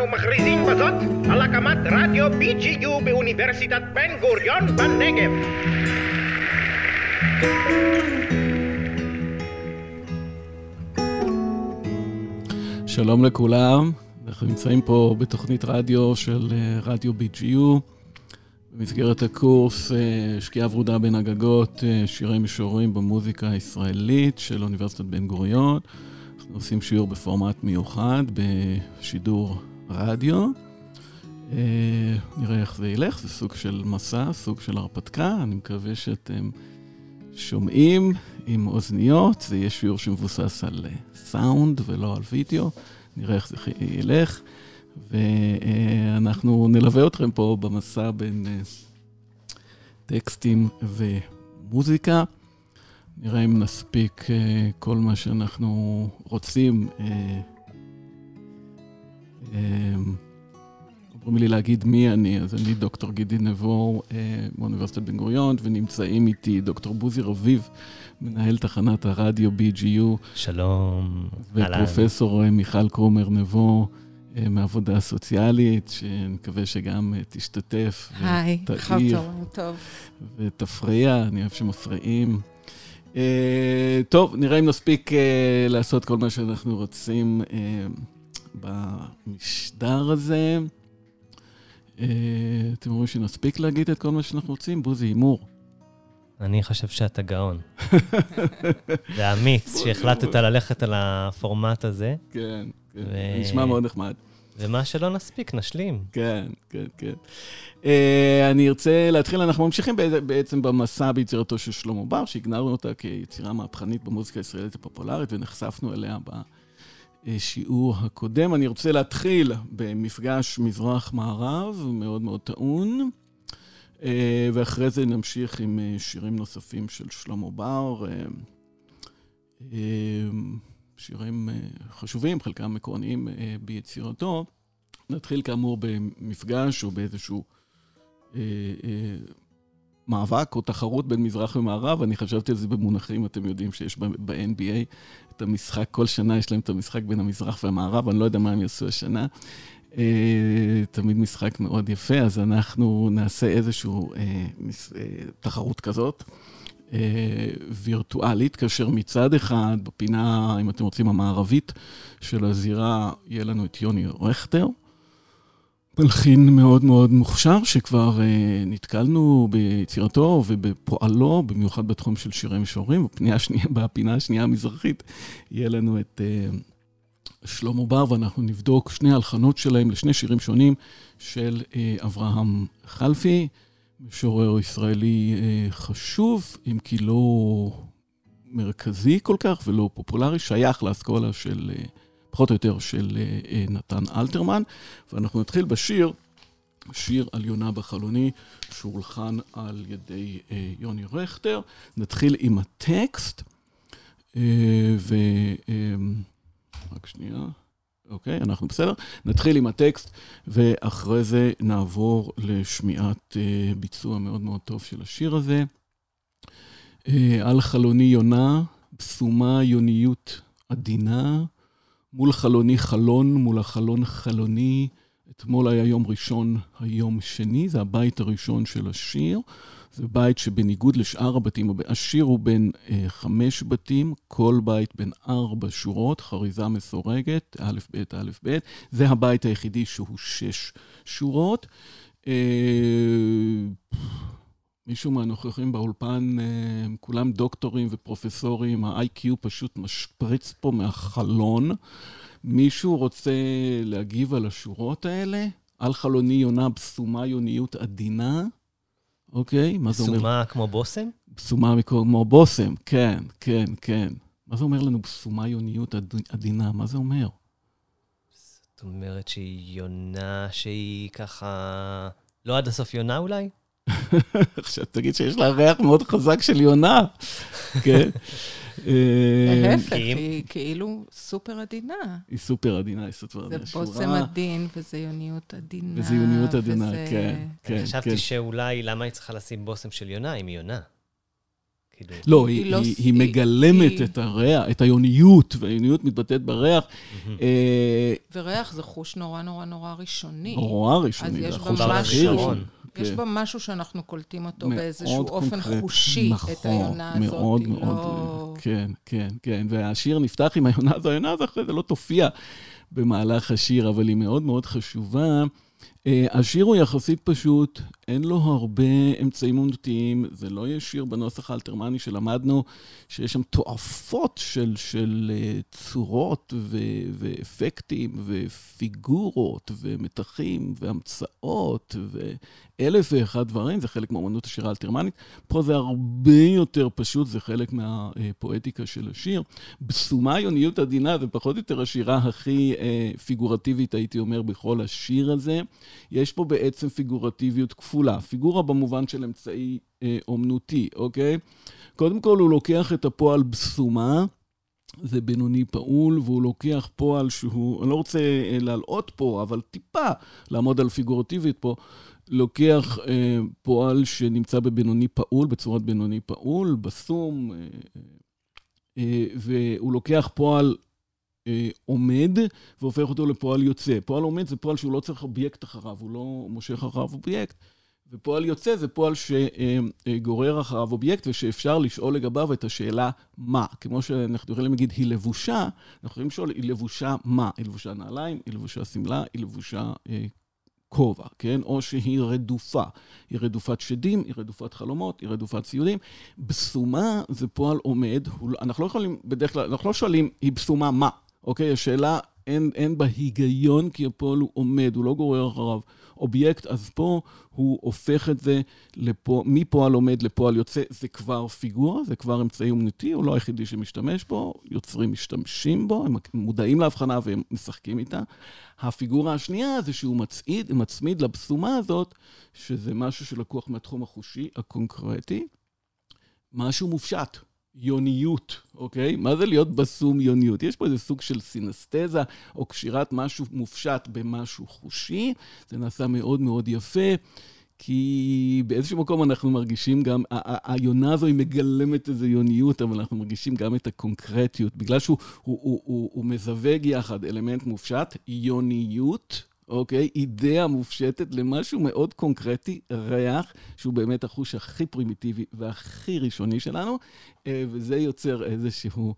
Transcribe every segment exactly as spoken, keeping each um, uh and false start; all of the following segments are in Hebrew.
מכריזים בזאת על הקמת רדיו בי ג'י יו באוניברסיטת בן גוריון בנגב. שלום לכולם, אנחנו נמצאים פה בתוכנית רדיו של רדיו בי ג'י יו, במסגרת הקורס שקיעה ורודה בין הגגות, שירי משוררים במוזיקה הישראלית של אוניברסיטת בן גוריון. אנחנו עושים שיעור בפורמט מיוחד בשידור רדיו. נראה איך זה ילך, זה סוג של מסע, סוג של הרפתקה. אני מקווה שאתם שומעים עם אוזניות, זה יהיה שיעור שמבוסס על סאונד ולא על וידאו. נראה איך זה ילך, ואנחנו נלווה אתכם פה במסע בין טקסטים ומוזיקה. נראה אם נספיק כל מה שאנחנו רוצים. אומרים לי להגיד מי אני, אז אני דוקטור גידי נבו מאוניברסיטת בן גוריון, ונמצאים איתי דוקטור בוזי רביב, מנהל תחנת הרדיו בי ג'י יו. שלום. ופרופסור מיכל קרומר נבו, מעבודה סוציאלית, שנקווה שגם תשתתף. היי, חר טוב. ותפריע, אני אוהב שמפריעים. טוב, נראה אם נספיק לעשות כל מה שאנחנו רוצים במשדר הזה. אתם אומרים שנספיק להגיד את כל מה שאנחנו רוצים? בוזי, הימור. אני חושב שאתה גאון. זה אמיץ שהחלטת ללכת על הפורמט הזה. כן, כן. נשמע מאוד נחמד. ומה שלא נספיק, נשלים. כן, כן, כן. אני ארצה להתחיל, אנחנו ממשיכים בעצם במסע ביצירתו של שלמה בר, שהגדרנו אותה כיצירה מהפכנית במוזיקה הישראלית הפופולרית, ונחשפנו אליה בשיעור הקודם. אני רוצה להתחיל במפגש מזרח-מערב, מאוד מאוד טעון, ואחרי זה נמשיך עם שירים נוספים של שלמה בר, שירים חשובים, חלקם מקורניים ביצירתו. נתחיל כאמור במפגש או באיזשהו אה, אה, מאבק או תחרות בין מזרח ומערב. אני חשבתי על זה במונחים, אתם יודעים שיש ב-אן בי איי את המשחק, כל שנה יש להם את המשחק בין המזרח והמערב, אני לא יודע מה הם יעשו השנה. אה, תמיד משחק מאוד יפה, אז אנחנו נעשה איזשהו אה, מס, אה, תחרות כזאת. וירטואלית, כאשר מצד אחד, בפינה, אם אתם רוצים, המערבית של הזירה, יהיה לנו את יוני רכטר, מלחין מאוד מאוד מוכשר, שכבר נתקלנו ביצירתו ובפועלו, במיוחד בתחום של שירי משוררים, בפינה השנייה, בפינה השנייה המזרחית, יהיה לנו את שלמה בר, ואנחנו נבדוק שני הלחנות שלהם לשני שירים שונים של אברהם חלפי, משורר ישראלי חשוב, אם כי לא מרכזי כל כך ולא פופולרי, שייך לאסכולה של, פחות או יותר, של נתן אלתרמן. ואנחנו נתחיל בשיר, שיר על יונה בחלוני, שהולחן על ידי יוני רכטר. נתחיל עם הטקסט, ו... רק שנייה. אוקיי, אנחנו בסדר. נתחיל עם הטקסט, ואחרי זה נעבור לשמיעת uh, ביצוע מאוד מאוד טוב של השיר הזה. Uh, על חלוני יונה, בסומה יוניות עדינה, מול חלוני חלון, מול החלון חלוני. אתמול היה יום ראשון, היום שני, זה הבית הראשון של השיר. זה בית שבניגוד לשאר הבתים, השיר הוא בין אה, חמש בתים, כל בית בין ארבע שורות, חריזה מסורגת, א' ב' א' ב', זה הבית היחידי שהוא שש שורות. אה, מישהו מהנוכחים באולפן, אה, כולם דוקטורים ופרופסורים, ה-איי קיו פשוט משפריץ פה מהחלון. מישהו רוצה להגיב על השורות האלה? על חלוני יונה, בסומה יוניות עדינה. אוקיי, מה זה אומר? בסומה כמו בוסם? בסומה כמו בוסם, כן, כן, כן. מה זה אומר לנו בסומה יוניות עדינה? מה זה אומר? זאת אומרת שהיא יונה שהיא ככה... לא עד הסוף יונה אולי? עכשיו תגיד שיש לה ריח מאוד חזק של יונה. כן. להפך, היא כאילו סופר עדינה. היא סופר עדינה, היא סופר עדינה. זה בוסם עדין, וזה יוניות עדינה. וזה יוניות עדינה, כן. חשבתי שאולי, למה היא צריכה לשים בוסם של יונה, אם היא יונה? כאילו. לא, היא, היא, לא, היא, היא מגלמת היא... את הריח, את היוניות, והיוניות מתבטאת בריח. Mm-hmm. אה... וריח זה חוש נורא נורא נורא ראשוני. נורא ראשוני. אז יש בה משהו, יש בה משהו שאנחנו קולטים אותו באיזשהו אופן חושי, נכון, את היונה הזאת. מאוד מאוד, לא... כן, כן, כן. והשיר נפתח עם היונה הזו, היונה הזו אחרי זה לא תופיע במהלך השיר, אבל היא מאוד מאוד חשובה. השיר הוא יחסית פשוט, אין לו הרבה אמצעים אומנותיים, זה לא יהיה שיר בנוסח האלתרמני שלמדנו, שיש שם תועפות של, של צורות ו- ואפקטים ופיגורות ומתחים והמצאות ואלף ואחד דברים, זה חלק מאמנות השיר האלתרמנית. פה זה הרבה יותר פשוט, זה חלק מהפואטיקה של השיר. בסומה יוניות עדינה, זה פחות או יותר השירה הכי פיגורטיבית, הייתי אומר, בכל השיר הזה. יש פה בעצם פיגורטיביות כפולה, פיגורה במובן של אמצעי אה, אומנותי, אוקיי? קודם כל הוא לוקח את הפועל בסומה, זה בינוני פעול, והוא לוקח פועל שהוא, אני לא רוצה אה, להלאות פה, אבל טיפה לעמוד על פיגורטיבית פה, לוקח אה, פועל שנמצא בבינוני פעול, בצורת בינוני פעול, בסום, אה, אה, והוא לוקח פועל עומד והופך אותו לפועל יוצא. פועל עומד זה פועל שהוא לא צריך אובייקט אחריו, הוא לא מושך אחריו אובייקט, ופועל יוצא זה פועל שגורר אחריו אובייקט, ושאפשר לשאול לגביו את השאלה מה. כמו שאנחנו יכולים להגיד, היא לבושה, אנחנו יכולים לשאול, היא לבושה מה? היא לבושה נעליים, היא לבושה סמלה, היא לבושה אה, כובע, כן? או שהיא רדופה. היא רדופת שדים, היא רדופת חלומות, היא רדופת ציודים. בסומה זה פועל עומד, אנחנו לא יכולים, בדרך כלל, אנחנו לא שואלים, היא בסומה מה? אוקיי, השאלה, אין, אין בה היגיון, כי הפועל הוא עומד, הוא לא גורר אחריו אובייקט, אז פה הוא הופך את זה לפוע, מפועל עומד לפועל יוצא, זה כבר פיגורה, זה כבר אמצעי אומנותי, הוא לא היחידי שמשתמש בו, יוצרים משתמשים בו, הם מודעים להבחנה והם משחקים איתה. הפיגורה השנייה זה שהוא מצעיד, מצמיד לבסומה הזאת, שזה משהו שלקוח מהתחום החושי, הקונקרטי, משהו מופשט. יוניות, אוקיי? מה זה להיות בסום יוניות? יש פה איזה סוג של סינסטזה, או קשירת משהו מופשט במשהו חושי. זה נעשה מאוד מאוד יפה, כי באיזשהו מקום אנחנו מרגישים גם, היונה הזו היא מגלמת איזו יוניות, אבל אנחנו מרגישים גם את הקונקרטיות, בגלל שהוא הוא, הוא, הוא, הוא מזווג יחד אלמנט מופשט, יוניות, אוקיי? אידאה מופשטת למשהו מאוד קונקרטי, ריח, שהוא באמת החוש הכי פרימיטיבי והכי ראשוני שלנו, וזה יוצר איזשהו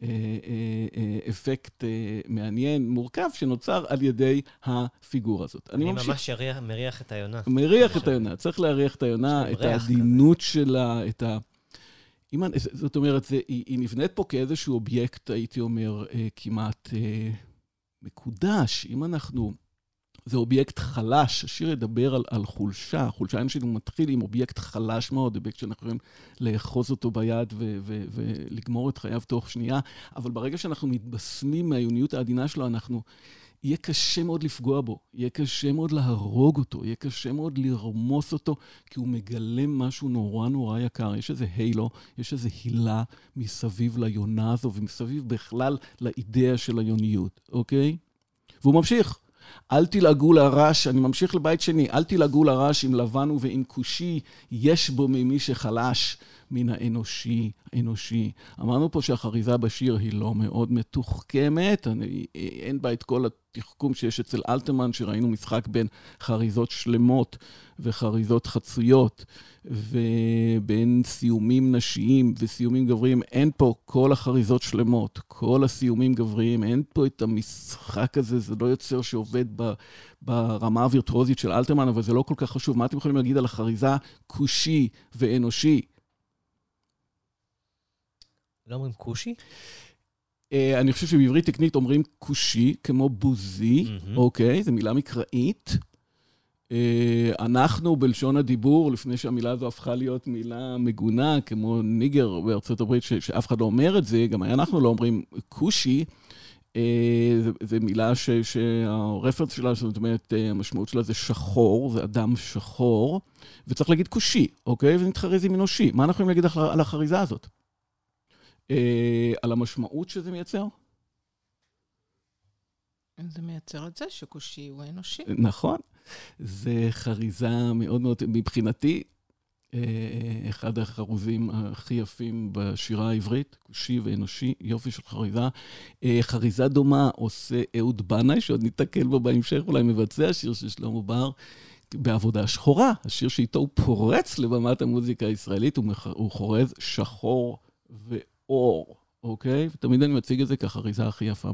אפקט מעניין, מורכב, שנוצר על ידי הפיגורה הזאת. אני ממש מריח את היונה. מריח את היונה, צריך להריח את היונה, את העדינות שלה, את ה... זאת אומרת, היא נבנית פה כאיזשהו אובייקט, הייתי אומר, כמעט מקודש. אם אנחנו... זה אובייקט חלש, השיר ידבר על, על חולשה, חולשה האנושית הוא מתחיל עם אובייקט חלש מאוד, אובייקט שאנחנו יכולים לאחוז אותו ביד ו- ו- ולגמור את חייו תוך שנייה, אבל ברגע שאנחנו מתבשמים מהיוניות העדינה שלו, אנחנו, יהיה קשה מאוד לפגוע בו, יהיה קשה מאוד להרוג אותו, יהיה קשה מאוד לרמוס אותו, כי הוא מגלם משהו נורא נורא יקר, יש איזה הילו, יש איזה הילה מסביב ליונה הזו, ומסביב בכלל לאידאה של היוניות, אוקיי? והוא ממשיך. אל תלעגו לרש, אני ממשיך לבית שני, אל תלעגו לרש עם לבן ועם כושי, יש בו ממי שחלש מן האנושי, אנושי. אמרנו פה שהחריזה בשיר היא לא מאוד מתוחכמת, אני, אין בה את כל התחכום שיש אצל אלתרמן, שראינו משחק בין חריזות שלמות וחריזות חצויות, ובין סיומים נשיים וסיומים גבריים, אין פה כל החריזות שלמות, כל הסיומים גבריים, אין פה את המשחק הזה, זה לא יוצר שעובד ב, ברמה הווירטואוזית של אלתרמן, אבל זה לא כל כך חשוב. מה אתם יכולים להגיד על החריזה כושי ואנושי? לא אומרים כושי? אני חושב שבעברית תקנית אומרים כושי, כמו בוזי, אוקיי, זו מילה מקראית. אנחנו בלשון הדיבור, לפני שהמילה הזו הפכה להיות מילה מגונה, כמו ניגר בארצות הברית, שאף אחד לא אומר את זה, גם אנחנו לא אומרים כושי, זו מילה שהרפרנס שלה, זאת אומרת, המשמעות שלה זה שחור, זה אדם שחור, וצריך להגיד כושי, אוקיי? ונתחרז עם אנושי. מה אנחנו יכולים להגיד על החריזה הזאת? על המשמעות שזה מייצר? זה מייצר את זה שכושי הוא אנושי. נכון. זה חריזה מאוד מאוד, מבחינתי, אחד החרוזים הכי יפים בשירה העברית, כושי ואנושי, יופי של חריזה. חריזה דומה עושה אהוד בנאי, שעוד ניתקל בו בהמשך, אולי מבצע שיר של שלמה בר, בעבודה שחורה, השיר שאיתו הוא פורץ לבמת המוזיקה הישראלית, הוא חורז שחור ואור, אוקיי? ותמיד אני מציג את זה כחריזה הכי יפה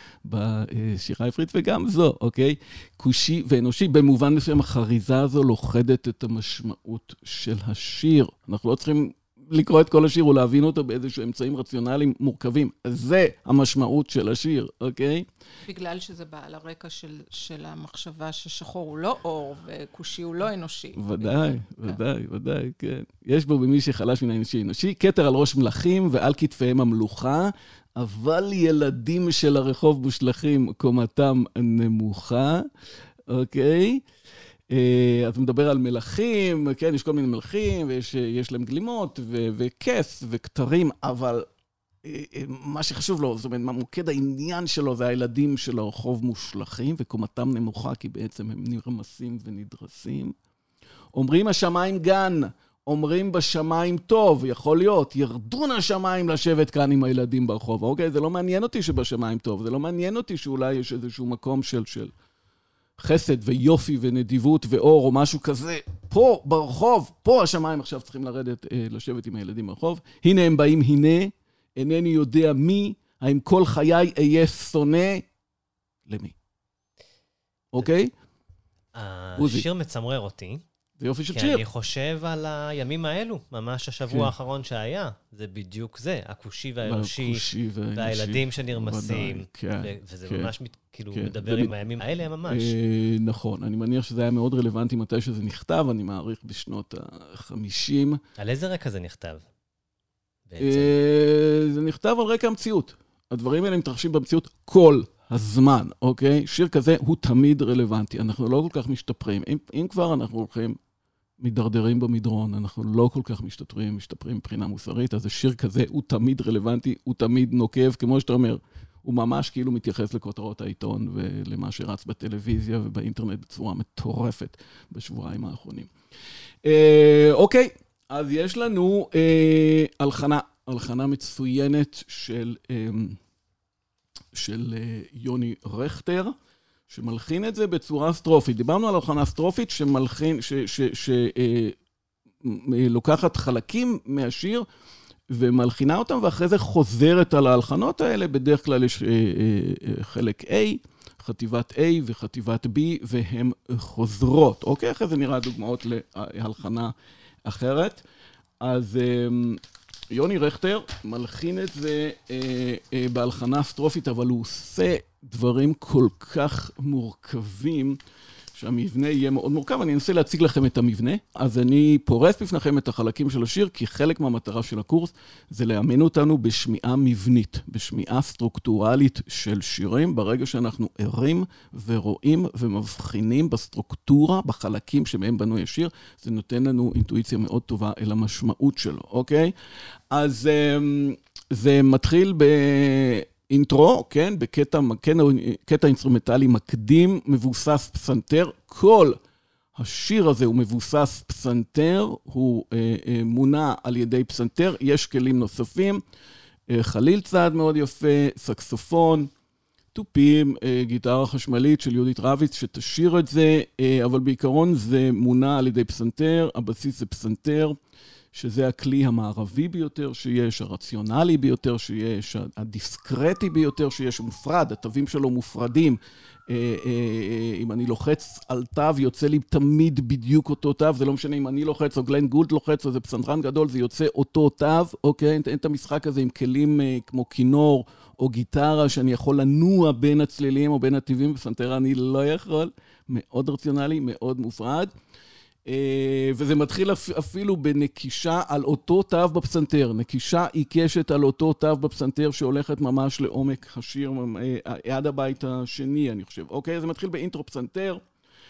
בשירה העברית, וגם זו, אוקיי? כושי ואנושי, במובן מסוים החריזה הזו לוכדת את המשמעות של השיר. אנחנו לא צריכים לקרוא את כל השיר ולהבין אותו באיזשהו אמצעים רציונליים מורכבים. זה המשמעות של השיר, אוקיי? בגלל שזה בא על הרקע של, של המחשבה ששחור הוא לא אור וכושי הוא לא אנושי. ודאי, ודאי, ודאי, כן. יש בו במי שחלש מן האנושי אנושי, כתר על ראש מלכים ועל כתפיהם המלוכה, אבל ילדים של הרחוב מושלכים, קומתם נמוכה, אוקיי? אז מדבר על מלכים, כן, יש כל מיני מלכים, ויש להם גלימות, וכס, וכתרים, אבל מה שחשוב לו, זאת אומרת, מה מוקד העניין שלו, זה הילדים של הרחוב מושלכים, וקומתם נמוכה, כי בעצם הם נרמסים ונדרסים. אומרים השמיים גן, אומרים בשמיים טוב, יכול להיות, ירדו השמיים לשבת כאן עם הילדים ברחוב, אוקיי? זה לא מעניין אותי שבשמיים טוב, זה לא מעניין אותי שאולי יש איזשהו מקום של של... חסד ויופי ונדיבות ואור או משהו כזה, פה ברחוב, פה השמיים עכשיו צריכים לרדת, אה, לשבת עם הילדים ברחוב. הנה הם באים, הנה, אינני יודע מי, האם כל חיי אהיה שונא, למי? אוקיי? השיר מצמרר אותי. זה יופי של כי שיר. אני חושב על הימים האלו, ממש השבוע האחרון שהיה. זה בדיוק זה, הכושי והאנושי, והילדים שנרמסים, וזה ממש כאילו מדבר עם הימים האלה ממש. נכון, אני מניח שזה היה מאוד רלוונטי מתי שזה נכתב, אני מעריך בשנות ה-חמישים. על איזה רקע זה נכתב? זה נכתב על רקע המציאות. הדברים האלה מתרחשים במציאות כל הזמן, אוקיי? שיר כזה הוא תמיד רלוונטי. אנחנו לא כל כך משתפרים. אם, אם כבר אנחנו הולכים מדרדרים במדרון, אנחנו לא כל כך משתפרים, משתפרים מבחינה מוסרית, אז השיר כזה הוא תמיד רלוונטי, הוא תמיד נוקב, כמו שאתה אומר, הוא ממש כאילו מתייחס לכותרות העיתון ולמה שרץ בטלוויזיה ובאינטרנט בצורה מטורפת בשבועיים האחרונים. אה, אוקיי, אז יש לנו אה, הלחנה, הלחנה מצוינת של... אה, של יוני רכטר, שמלחין את זה בצורה סטרופית. דיברנו על הלחנה סטרופית שמלחין, שלוקחת חלקים מהשיר ומלחינה אותם, ואחרי זה חוזרת על ההלחנות האלה. בדרך כלל יש חלק A, חטיבת A וחטיבת B, והן חוזרות. אוקיי? אחרי זה נראה דוגמאות להלחנה אחרת. אז... יוני רכטר מלחין את זה אה, אה, בהלחנה סטרופית, אבל הוא עושה דברים כל כך מורכבים, שהמבנה יהיה מאוד מורכב. אני אנסה להציג לכם את המבנה. אז אני פורס בפניכם את החלקים של השיר, כי חלק מהמטרה של הקורס זה לאמן אותנו בשמיעה מבנית, בשמיעה סטרוקטורלית של שירים, ברגע שאנחנו ערים ורואים ומבחינים בסטרוקטורה, בחלקים שבהם בנוי השיר, זה נותן לנו אינטואיציה מאוד טובה אל המשמעות שלו, אוקיי? אז זה מתחיל ב... אינטרו, כן, בקטע, קטע אינסטרומנטלי מקדים, מבוסס פסנתר. כל השיר הזה הוא מבוסס פסנתר, הוא אה, אה, מונע על ידי פסנתר, יש כלים נוספים, אה, חליל צעד מאוד יפה, סקסופון, טופים, אה, גיטרה חשמלית של יהודית רביץ שתשיר את זה, אה, אבל בעיקרון זה מונע על ידי פסנתר, הבסיס זה פסנתר, שזה הכלי המערבי ביותר שיש, הרציונלי ביותר שיש, הדיסקרטי ביותר שיש, מופרד, התווים שלו מופרדים. אם אני לוחץ על תו, יוצא לי תמיד בדיוק אותו תו, זה לא משנה אם אני לוחץ או גלן גולד לוחץ, או זה פסנתרן גדול, זה יוצא אותו תו, אוקיי? אין את המשחק הזה עם כלים כמו כינור או גיטרה, שאני יכול לנוע בין הצלילים או בין הטבעים, בפסנתר אני לא יכול, מאוד רציונלי, מאוד מופרד. וזה מתחיל אפילו בנקישה על אותו תו בפסנתר, נקישה עיקשת על אותו תו בפסנתר שהולכת ממש לעומק השיר, עד הבית השני, אני חושב. אוקיי, זה מתחיל באינטרו פסנתר,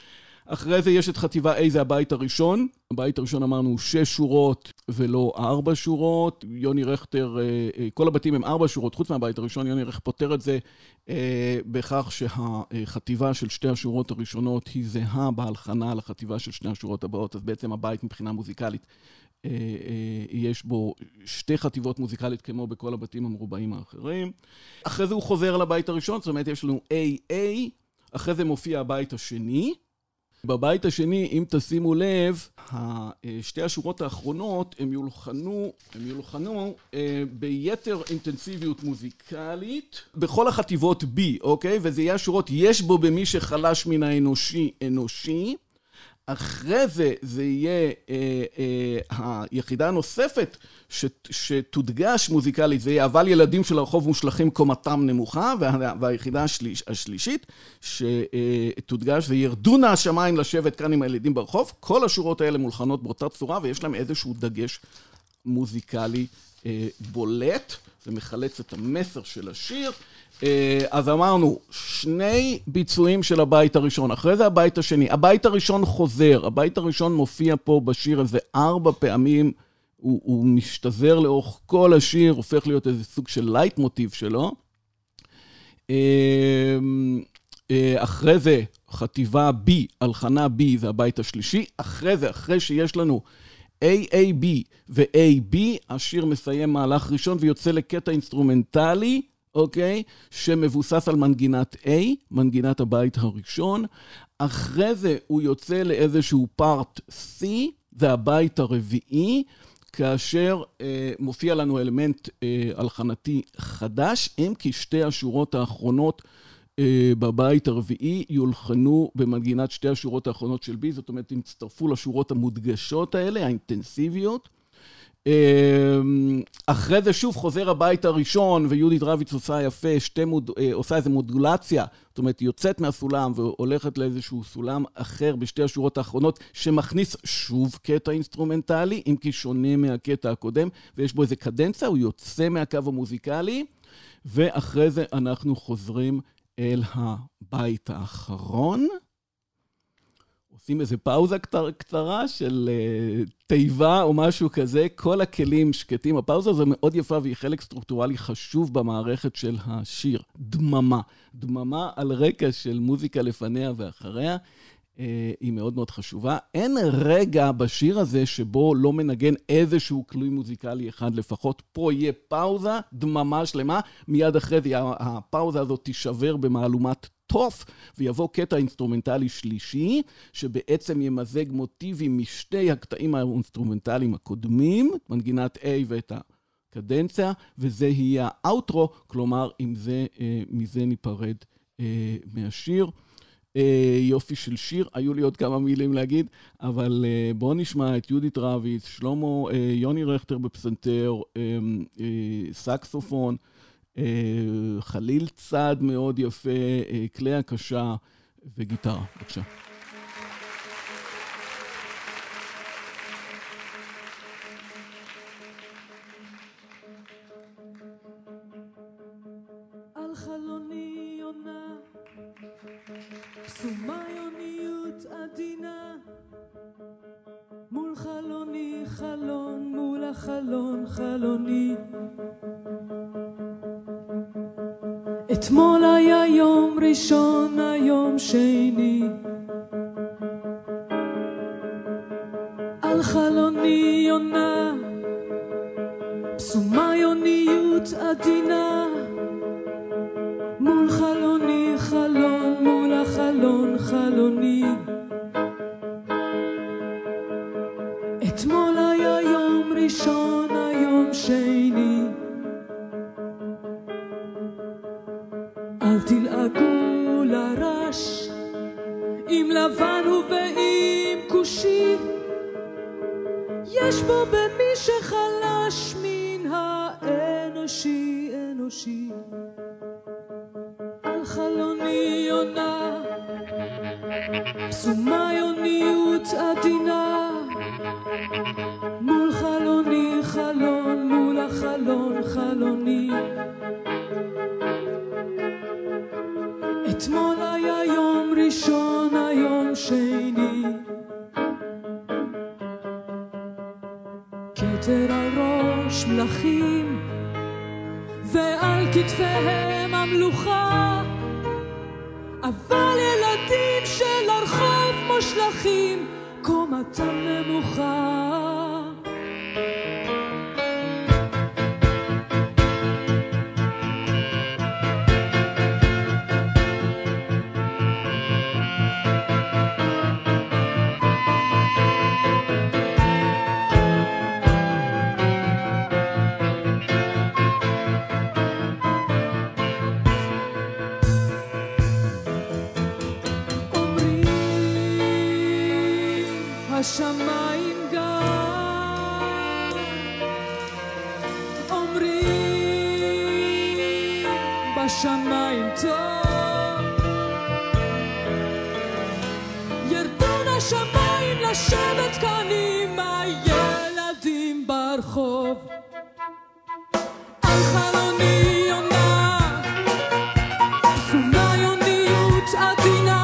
אחרי זה יש את חטיבה A, זה הבית הראשון. הבית הראשון אמרנו שש שורות ולא ארבע שורות. יוני רכטר, כל הבתים הם ארבע שורות, חוץ מהבית הראשון. יוני רכטר פותר את זה בכך שהחטיבה של שתי השורות הראשונות היא זהה בהלחנה לחטיבה של שני השורות הבאות. אז בעצם הבית מבחינה מוזיקלית, יש בו שתי חטיבות מוזיקלית כמו בכל הבתים המרובעים האחרים. אחרי זה הוא חוזר לבית הראשון, זאת אומרת יש לנו איי איי, אחרי זה מופיע הבית השני. בבית השני, אם תשימו לב, שתי השורות האחרונות הם יולחנו, הם יולחנו ביתר אינטנסיביות מוזיקלית בכל החטיבות B, אוקיי? וזה יהיה השורות, יש בו במי שחלש מן האנושי אנושי. אחרי זה, זה יהיה אה, אה, היחידה הנוספת ש, שתודגש מוזיקלית, זה יהיה אבל ילדים של הרחוב מושלכים קומתם נמוכה, וה, והיחידה השליש, השלישית שתודגש, זה ירדו נא השמיים לשבת כאן עם הילדים ברחוב. כל השורות האלה מולחנות באותה צורה, ויש להם איזשהו דגש מוזיקלי אה, בולט, זה מחלץ את המסר של השיר. אז אמרנו, שני ביצועים של הבית הראשון, אחרי זה הבית השני. הבית הראשון חוזר, הבית הראשון מופיע פה בשיר הזה ארבע פעמים, הוא, הוא משתזר לאורך כל השיר, הופך להיות איזה סוג של לייט מוטיב שלו. אחרי זה חטיבה B, הלחנה B, זה הבית השלישי. אחרי זה, אחרי שיש לנו איי איי בי ו-איי בי, השיר מסיים מהלך ראשון ויוצא לקטע אינסטרומנטלי, אוקיי? שמבוסס על מנגינת A, מנגינת הבית הראשון. אחרי זה הוא יוצא לאיזשהו פארט C, זה הבית הרביעי, כאשר אה, מופיע לנו אלמנט אה, הלחנתי חדש, אם כי שתי השורות האחרונות אה, בבית הרביעי יולחנו במנגינת שתי השורות האחרונות של B, זאת אומרת, הם הצטרפו לשורות המודגשות האלה, האינטנסיביות. אחרי זה שוב חוזר הבית הראשון, ויהודית רביץ עושה יפה, שתי מוד... עושה איזו מודולציה, זאת אומרת, יוצאת מהסולם והולכת לאיזשהו סולם אחר בשתי השורות האחרונות, שמכניס שוב קטע אינסטרומנטלי, אם כי שונה מהקטע הקודם, ויש בו איזו קדנציה, הוא יוצא מהקו המוזיקלי, ואחרי זה אנחנו חוזרים אל הבית האחרון, עושים איזו פאוזה קצרה של uh, תיבה או משהו כזה, כל הכלים שקטים. הפאוזה הזו מאוד יפה והיא חלק סטרוקטורלי חשוב במערכת של השיר. דממה. דממה על רקע של מוזיקה לפניה ואחריה, uh, היא מאוד מאוד חשובה. אין רגע בשיר הזה שבו לא מנגן איזשהו כלי מוזיקלי אחד לפחות. פה יהיה פאוזה, דממה שלמה, מיד אחרי זה הפאוזה הזאת תישבר במעלומת טוף, ויבוא קטע אינסטרומנטלי שלישי, שבעצם ימזג מוטיבים משתי הקטעים האינסטרומנטליים הקודמים, מנגינת A ואת הקדנציה, וזה יהיה האוטרו, כלומר, עם זה, מזה ניפרד מהשיר. יופי של שיר, היו לי עוד כמה מילים להגיד, אבל בואו נשמע את יהודית רביץ, שלמה, יוני רכטר בפסנתר, סקסופון, חליל צד מאוד יפה, כלי הקשה וגיטרה. בבקשה. על חלוני יונה, קסומה יוניות עדינה, מול חלוני חלון, מול החלון חלוני. אתמול היה יום ראשון, היום שני, על חלוני יונה, פסומה יוניות עדינה, מול חלוני חלון, מול החלון חלוני. אתמול היה יום ראשון, היום שני, אל תלעגו לרש, אם לבן הוא ואם כושי, יש בו במי שחלש מן האנושי אנושי. על חלוני יונה, פסומה יוניות עדינה, מול חלוני חלון, מול החלון חלוני. אתמול היה יום ראשון, היום שני, יותר על ראש מלכים, ועל כתפיהם המלוכה, אבל ילדים של הרחוב מושלכים, קומתם נמוכה. השמיים גם אומרים בשמיים טוב, ירדו השמיים לשבת כאן עם הילדים ברחוב. על חלוני יונה פסומה יוניות עדינה,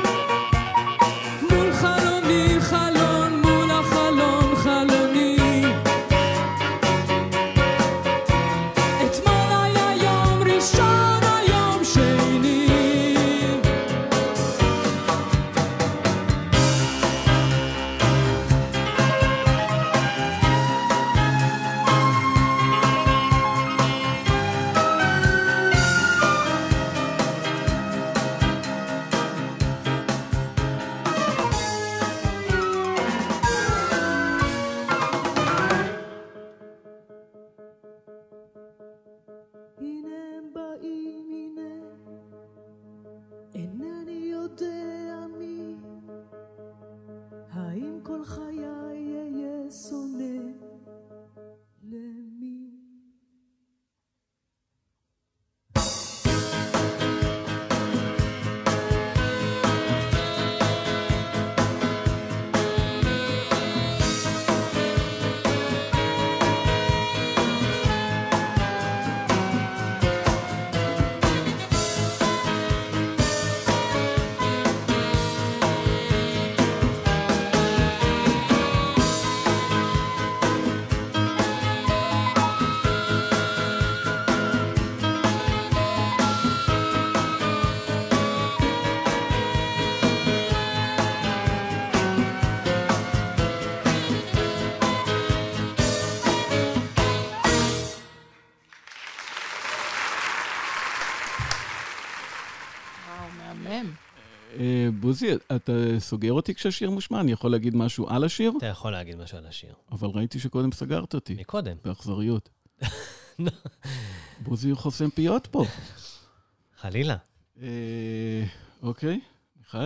בוזי, אתה סוגר אותי כשהשיר מושמע? אני יכול להגיד משהו על השיר? אתה יכול להגיד משהו על השיר. אבל ראיתי שקודם סגרת אותי. מקודם. באכזריות. בוזי הוא חוסם פיות פה. חלילה. אוקיי, מיכל?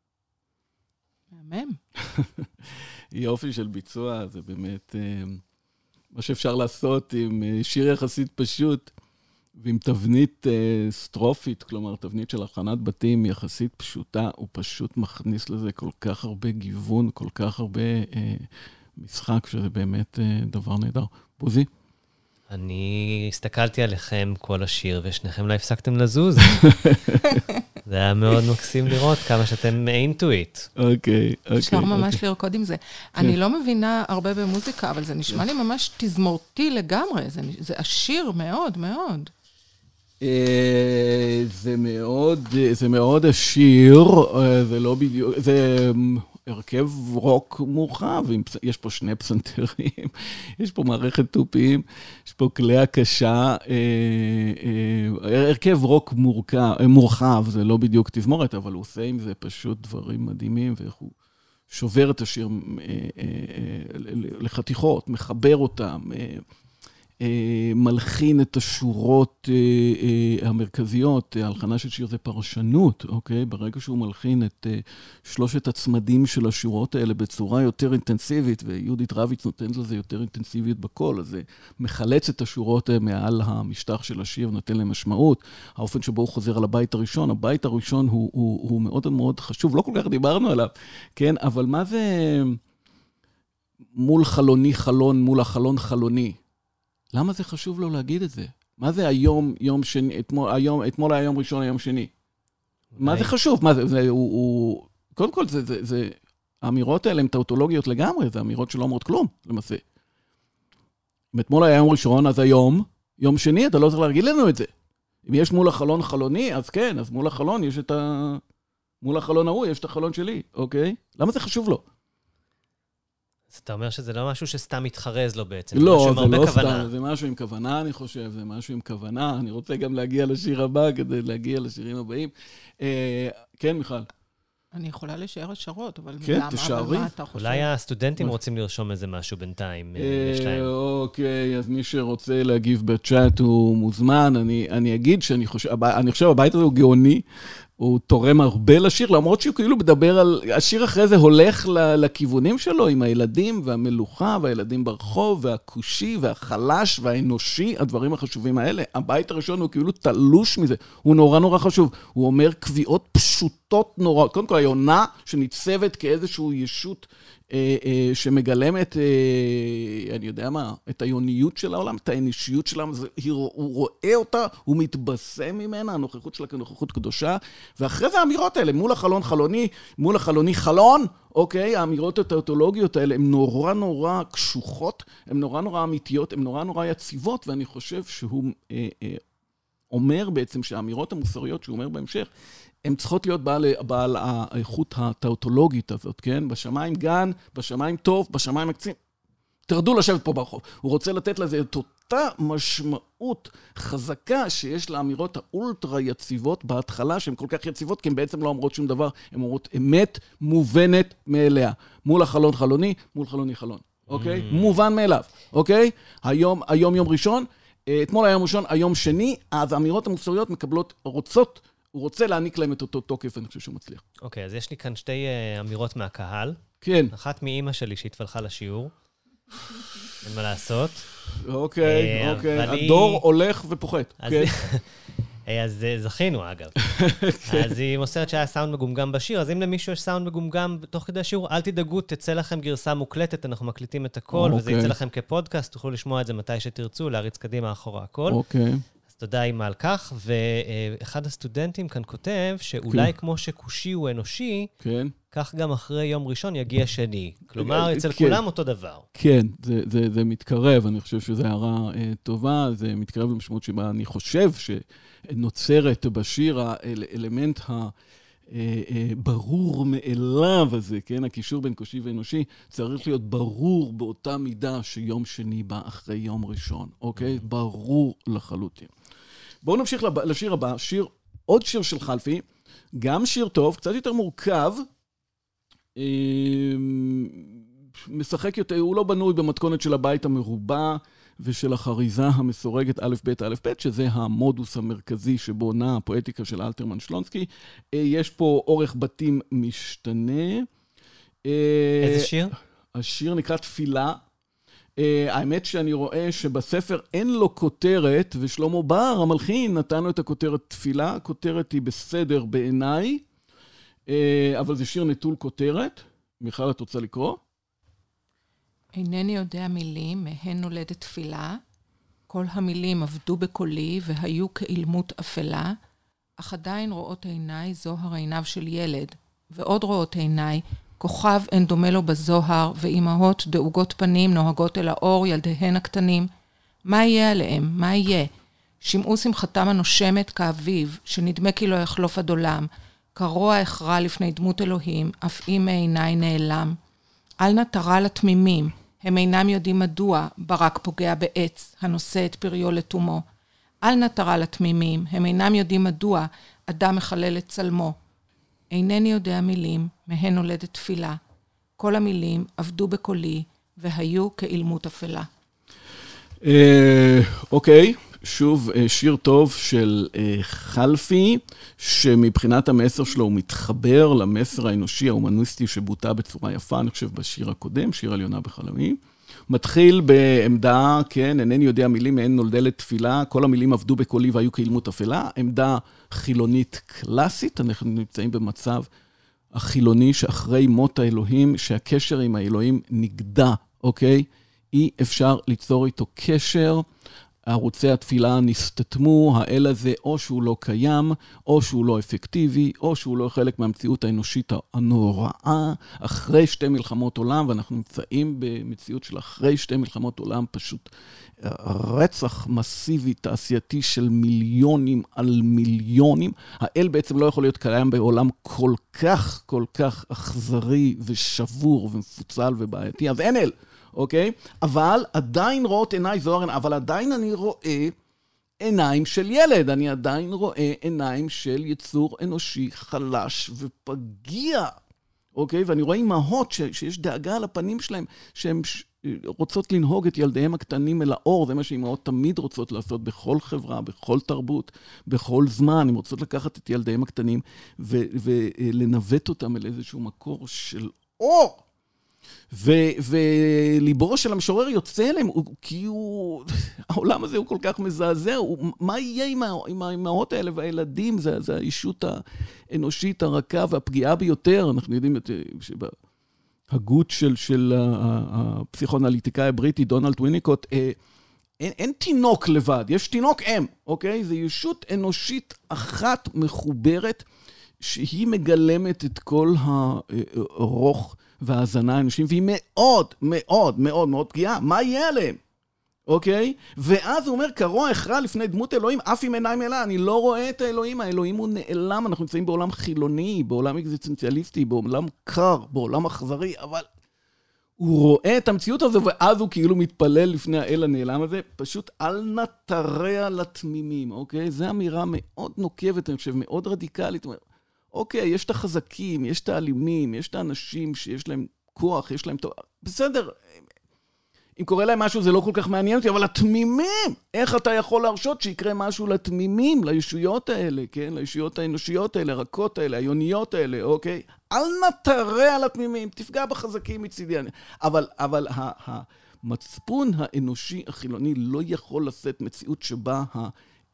מהמם. יופי של ביצוע, זה באמת מה שאפשר לעשות עם שיר יחסית פשוט, ועם תבנית אה, סטרופית, כלומר, תבנית של הכנת בתים יחסית פשוטה, הוא פשוט מכניס לזה כל כך הרבה גיוון, כל כך הרבה אה, משחק, שזה באמת אה, דבר נהדר. בוזי? אני הסתכלתי עליכם כל השיר, ושניכם לא הפסקתם לזוז. זה היה מאוד מקסים לראות כמה שאתם אינטואיט. אוקיי, אוקיי. אפשר ממש לרקוד עם זה. אני לא מבינה הרבה במוזיקה, אבל זה נשמע לי ממש תזמורתי לגמרי. זה עשיר מאוד, מאוד. זה מאוד, זה מאוד עשיר, זה לא בדיוק, זה הרכב רוק מורחב, יש פה שני פסנתרים, יש פה מערכת טופים, יש פה כלי הקשה, הרכב רוק מורחב, זה לא בדיוק תזמורת, אבל הוא עושה עם זה פשוט דברים מדהימים, ואיך הוא שובר את השיר לחתיכות, מחבר אותם, מלחין את השורות המרכזיות, ההלחנה של שיר זה פרשנות, אוקיי? ברגע שהוא מלחין את שלושת הצמדים של השורות האלה בצורה יותר אינטנסיבית, ויהודית רביץ נותנת לזה יותר אינטנסיביות בכל, אז זה מחלץ את השורות מעל המשטח של השיר, נותן להם משמעות. האופן שבו הוא חוזר על הבית הראשון, הבית הראשון הוא, הוא, הוא מאוד מאוד חשוב, לא כל כך דיברנו עליו, כן? אבל מה זה מול חלוני חלון, מול החלון חלוני? למה זה חשוב לו להגיד את זה? מה זה היום, יום שני, אתמול, היום, אתמול היה יום ראשון, היום שני? מה זה חשוב? מה זה, זה, הוא, הוא, קודם כל, זה, זה, זה, האמירות האלה הן טאוטולוגיות לגמרי, זה אמירות שלא אומרות כלום, למעשה. אם אתמול היה יום ראשון, אז היום, יום שני, אתה לא צריך להגיד לנו את זה. אם יש מול החלון חלוני, אז כן, אז מול החלון יש את ה... מול החלון ההוא יש את החלון שלי, אוקיי? למה זה חשוב לו? אז אתה אומר שזה לא משהו שסתם מתחרז לו בעצם. לא, זה לא סתם, זה משהו עם כוונה, אני חושב, זה משהו עם כוונה. אני רוצה גם להגיע לשיר הבא, כדי להגיע לשירים הבאים. כן, מיכל. אני יכולה לשאר השערות, אבל כן, תשארי. אולי הסטודנטים רוצים לרשום איזה משהו בינתיים, יש להם. אוקיי, אז מי שרוצה להגיב בצ'אט הוא מוזמן. אני אגיד שאני חושב, אני חושב, הבית הזה הוא גאוני, הוא תורם הרבה לשיר, למרות שהוא כאילו מדבר על... השיר אחרי זה הולך לכיוונים שלו, עם הילדים והמלוכה, והילדים ברחוב, והכושי, והחלש, והאנושי, הדברים החשובים האלה. הבית הראשון הוא כאילו תלוש מזה, הוא נורא נורא חשוב. הוא אומר קביעות פשוטות נורא. קודם כל, היונה שניצבת כאיזשהו ישות אה, אה, שמגלמת, אה, אני יודע מה, את היוניות של העולם, את האנושיות של העולם, הוא רואה אותה, הוא מתבשם ממנה, הנוכחות שלה כנוכחות קדושה, ואחרי זה האמירות האלה, מול החלון חלוני, מול החלוני חלון, אוקיי, האמירות הטאוטולוגיות האלה, הן נורא נורא קשוחות, הן נורא נורא אמיתיות, הן נורא נורא יציבות, ואני חושב שהוא אה, אה, אומר בעצם שהאמירות המוסריות שהוא אומר בהמשך, הן צריכות להיות בעל, בעל האיכות הטאוטולוגית הזאת, כן? בשמיים גן, בשמיים טוב, בשמיים מקצים. תרדו לשבת פה ברחוב. הוא רוצה לתת לזה את אותה משמעות חזקה שיש לאמירות האולטרה יציבות בהתחלה, שהן כל כך יציבות, כי הן בעצם לא אומרות שום דבר, הן אומרות אמת מובנת מאליה. מול החלון חלוני, מול חלוני חלון. אוקיי? Mm. מובן מאליו. אוקיי? היום, היום יום ראשון, אתמול היה יום ראשון, היום שני, אז האמירות המוסריות מקבלות, רוצות, הוא רוצה להעניק להם את אותו תוקף, אני חושב שהוא מצליח. אוקיי, אז יש לי כאן שתי uh, אמירות מהקהל. כן. אחת מאמא שלי שהתפלחה לשיעור. אין מה לעשות. אוקיי, uh, אוקיי. הדור אני... הולך ופוחת. אז, אז זכינו, אגב. אז היא מוסרת שהיה סאונד מגומגם בשיר, אז אם למישהו יש סאונד מגומגם תוך כדי השיעור, אל תדאגו, תצא לכם גרסה מוקלטת, אנחנו מקליטים את הכל, וזה יצא לכם כפודקאסט, תוכלו לשמוע את זה מתי שתרצו, להריץ קדימה אחורה הכל. אוקיי. תודה אימא על כך, ואחד הסטודנטים כאן כותב שאולי כמו שכושי הוא אנושי, כך גם אחרי יום ראשון יגיע שני. כלומר, אצל כולם אותו דבר. כן, זה מתקרב, אני חושב שזו הערה טובה, זה מתקרב למשמעות שבה אני חושב שנוצרת בשיר האלמנט הברור מאליו הזה, כן? הקישור בין כושי ואנושי צריך להיות ברור באותה מידה שיום שני בא אחרי יום ראשון, אוקיי? ברור לחלוטין. בואו נמשיך לשיר הבא, שיר, עוד שיר של חלפי, גם שיר טוב, קצת יותר מורכב, משחק יותר, הוא לא בנוי במתכונת של הבית המרובע, ושל החריזה המסורגת א' ב' א' ב', שזה המודוס המרכזי שבו נע הפואטיקה של אלתרמן שלונסקי. יש פה אורך בתים משתנה. איזה שיר? השיר נקרא תפילה. האמת שאני רואה שבספר אין לו כותרת, ושלמה בר, המלחין, נתן לו את הכותרת תפילה. הכותרת היא בסדר בעיניי, אבל זה שיר נטול כותרת. מיכל, את רוצה לקרוא? אינני יודע מילים, מהן נולדת תפילה. כל המילים עבדו בקולי והיו כאילמות אפלה, אך עדיין רואות עיניי זוהר עיניו של ילד, ועוד רואות עיניי, כוכב אין דומה לו בזוהר, ואימהות דאוגות פנים נוהגות אל האור ילדיהן הקטנים. מה יהיה עליהם? מה יהיה? שמעו שמחתם הנושמת כאביב, שנדמה כי לא יחלוף עד עולם, קרוע החרה לפני דמות אלוהים, אף אם מעיניי נעלם. אל נא תרע לתמימים, הם אינם יודעים מדוע ברק פוגע בעץ, הנושא את פריו לתומו. אל נא תרע לתמימים, הם אינם יודעים מדוע אדם מחלל את צלמו. אינני יודע מילים, מהן נולדת תפילה. כל המילים עבדו בקולי, והיו כאילמות אפלה. אוקיי, שוב שיר טוב של חלפי, שמבחינת המסר שלו הוא מתחבר למסר האנושי ההומניסטי שבוטה בצורה יפה, אני חושב בשיר הקודם, שיר על יונה בחלומי. מתחיל בעמדה, כן, אינני יודע מילים, מהן נולדת תפילה, כל המילים עבדו בקולי והיו כאילמות אפלה, עמדה חילונית קלאסית, אנחנו נמצאים במצב החילוני שאחרי מות האלוהים, שהקשר עם האלוהים נגדע, אוקיי? אי אפשר ליצור איתו קשר, ערוצי התפילה נסתתמו, האל הזה או שהוא לא קיים, או שהוא לא אפקטיבי, או שהוא לא חלק מהמציאות האנושית הנוראה, אחרי שתי מלחמות עולם, ואנחנו נמצאים במציאות של אחרי שתי מלחמות עולם, פשוט רצח מסיבי תעשייתי של מיליונים על מיליונים. האל בעצם לא יכול להיות קיים בעולם כל כך, כל כך אכזרי ושבור ומפוצל ובעייתי, אז אין אל. אוקיי? אבל עדיין רואות עיניי זוהר, אבל עדיין אני רואה עיניים של ילד, אני עדיין רואה עיניים של יצור אנושי חלש ופגיע, אוקיי? ואני רואה אמהות ש- שיש דאגה על הפנים שלהם, שהן ש- רוצות לנהוג את ילדיהם הקטנים אל האור, זה מה שאמהות תמיד רוצות לעשות בכל חברה, בכל תרבות, בכל זמן, הן רוצות לקחת את ילדיהם הקטנים ו- ולנווט אותם אל איזשהו מקור של אור. וליבו של המשורר יוצא אליהם, כי הוא, העולם הזה הוא כל כך מזעזע, מה יהיה עם האימהות האלה והילדים? זה האישות האנושית הרכה והפגיעה ביותר. אנחנו יודעים שבהגות של הפסיכואנליטיקאי הבריטי, דונלד וויניקוט, אין תינוק לבד, יש תינוק אם, אוקיי? זה אישות אנושית אחת מחוברת, שהיא מגלמת את כל הרוך וההזנה האנושיים, והיא מאוד, מאוד, מאוד, מאוד פגיעה. מה יהיה עליהם? אוקיי? ואז הוא אומר, קרוע הכרע לפני דמות אלוהים, אף עם עיניים אלה, אני לא רואה את האלוהים, האלוהים הוא נעלם, אנחנו נמצאים בעולם חילוני, בעולם אקזיסטנציאליסטי, בעולם קר, בעולם אכזרי, אבל הוא רואה את המציאות הזו, ואז הוא כאילו מתפלל לפני האל הנעלם הזה, פשוט אל נתרע לתמימים, אוקיי? זו אמירה מאוד נוקבת, אני חושב, מאוד רדיקלית, אוקיי, יש את החזקים, יש את האלימים, יש את האנשים שיש להם כוח, יש להם טוב, בסדר, אם קורה להם משהו זה לא כל כך מעניין אותי, אבל התמימים, איך אתה יכול להרשות שיקרה משהו לתמימים, לישויות האלה, כן? לישויות האנושיות האלה, הרכות האלה, היוניות האלה, אוקיי? אל נתרע לתמימים, תפגע בחזקים מצידי. אבל, אבל המצפון האנושי החילוני לא יכול לשאת מציאות שבה ה...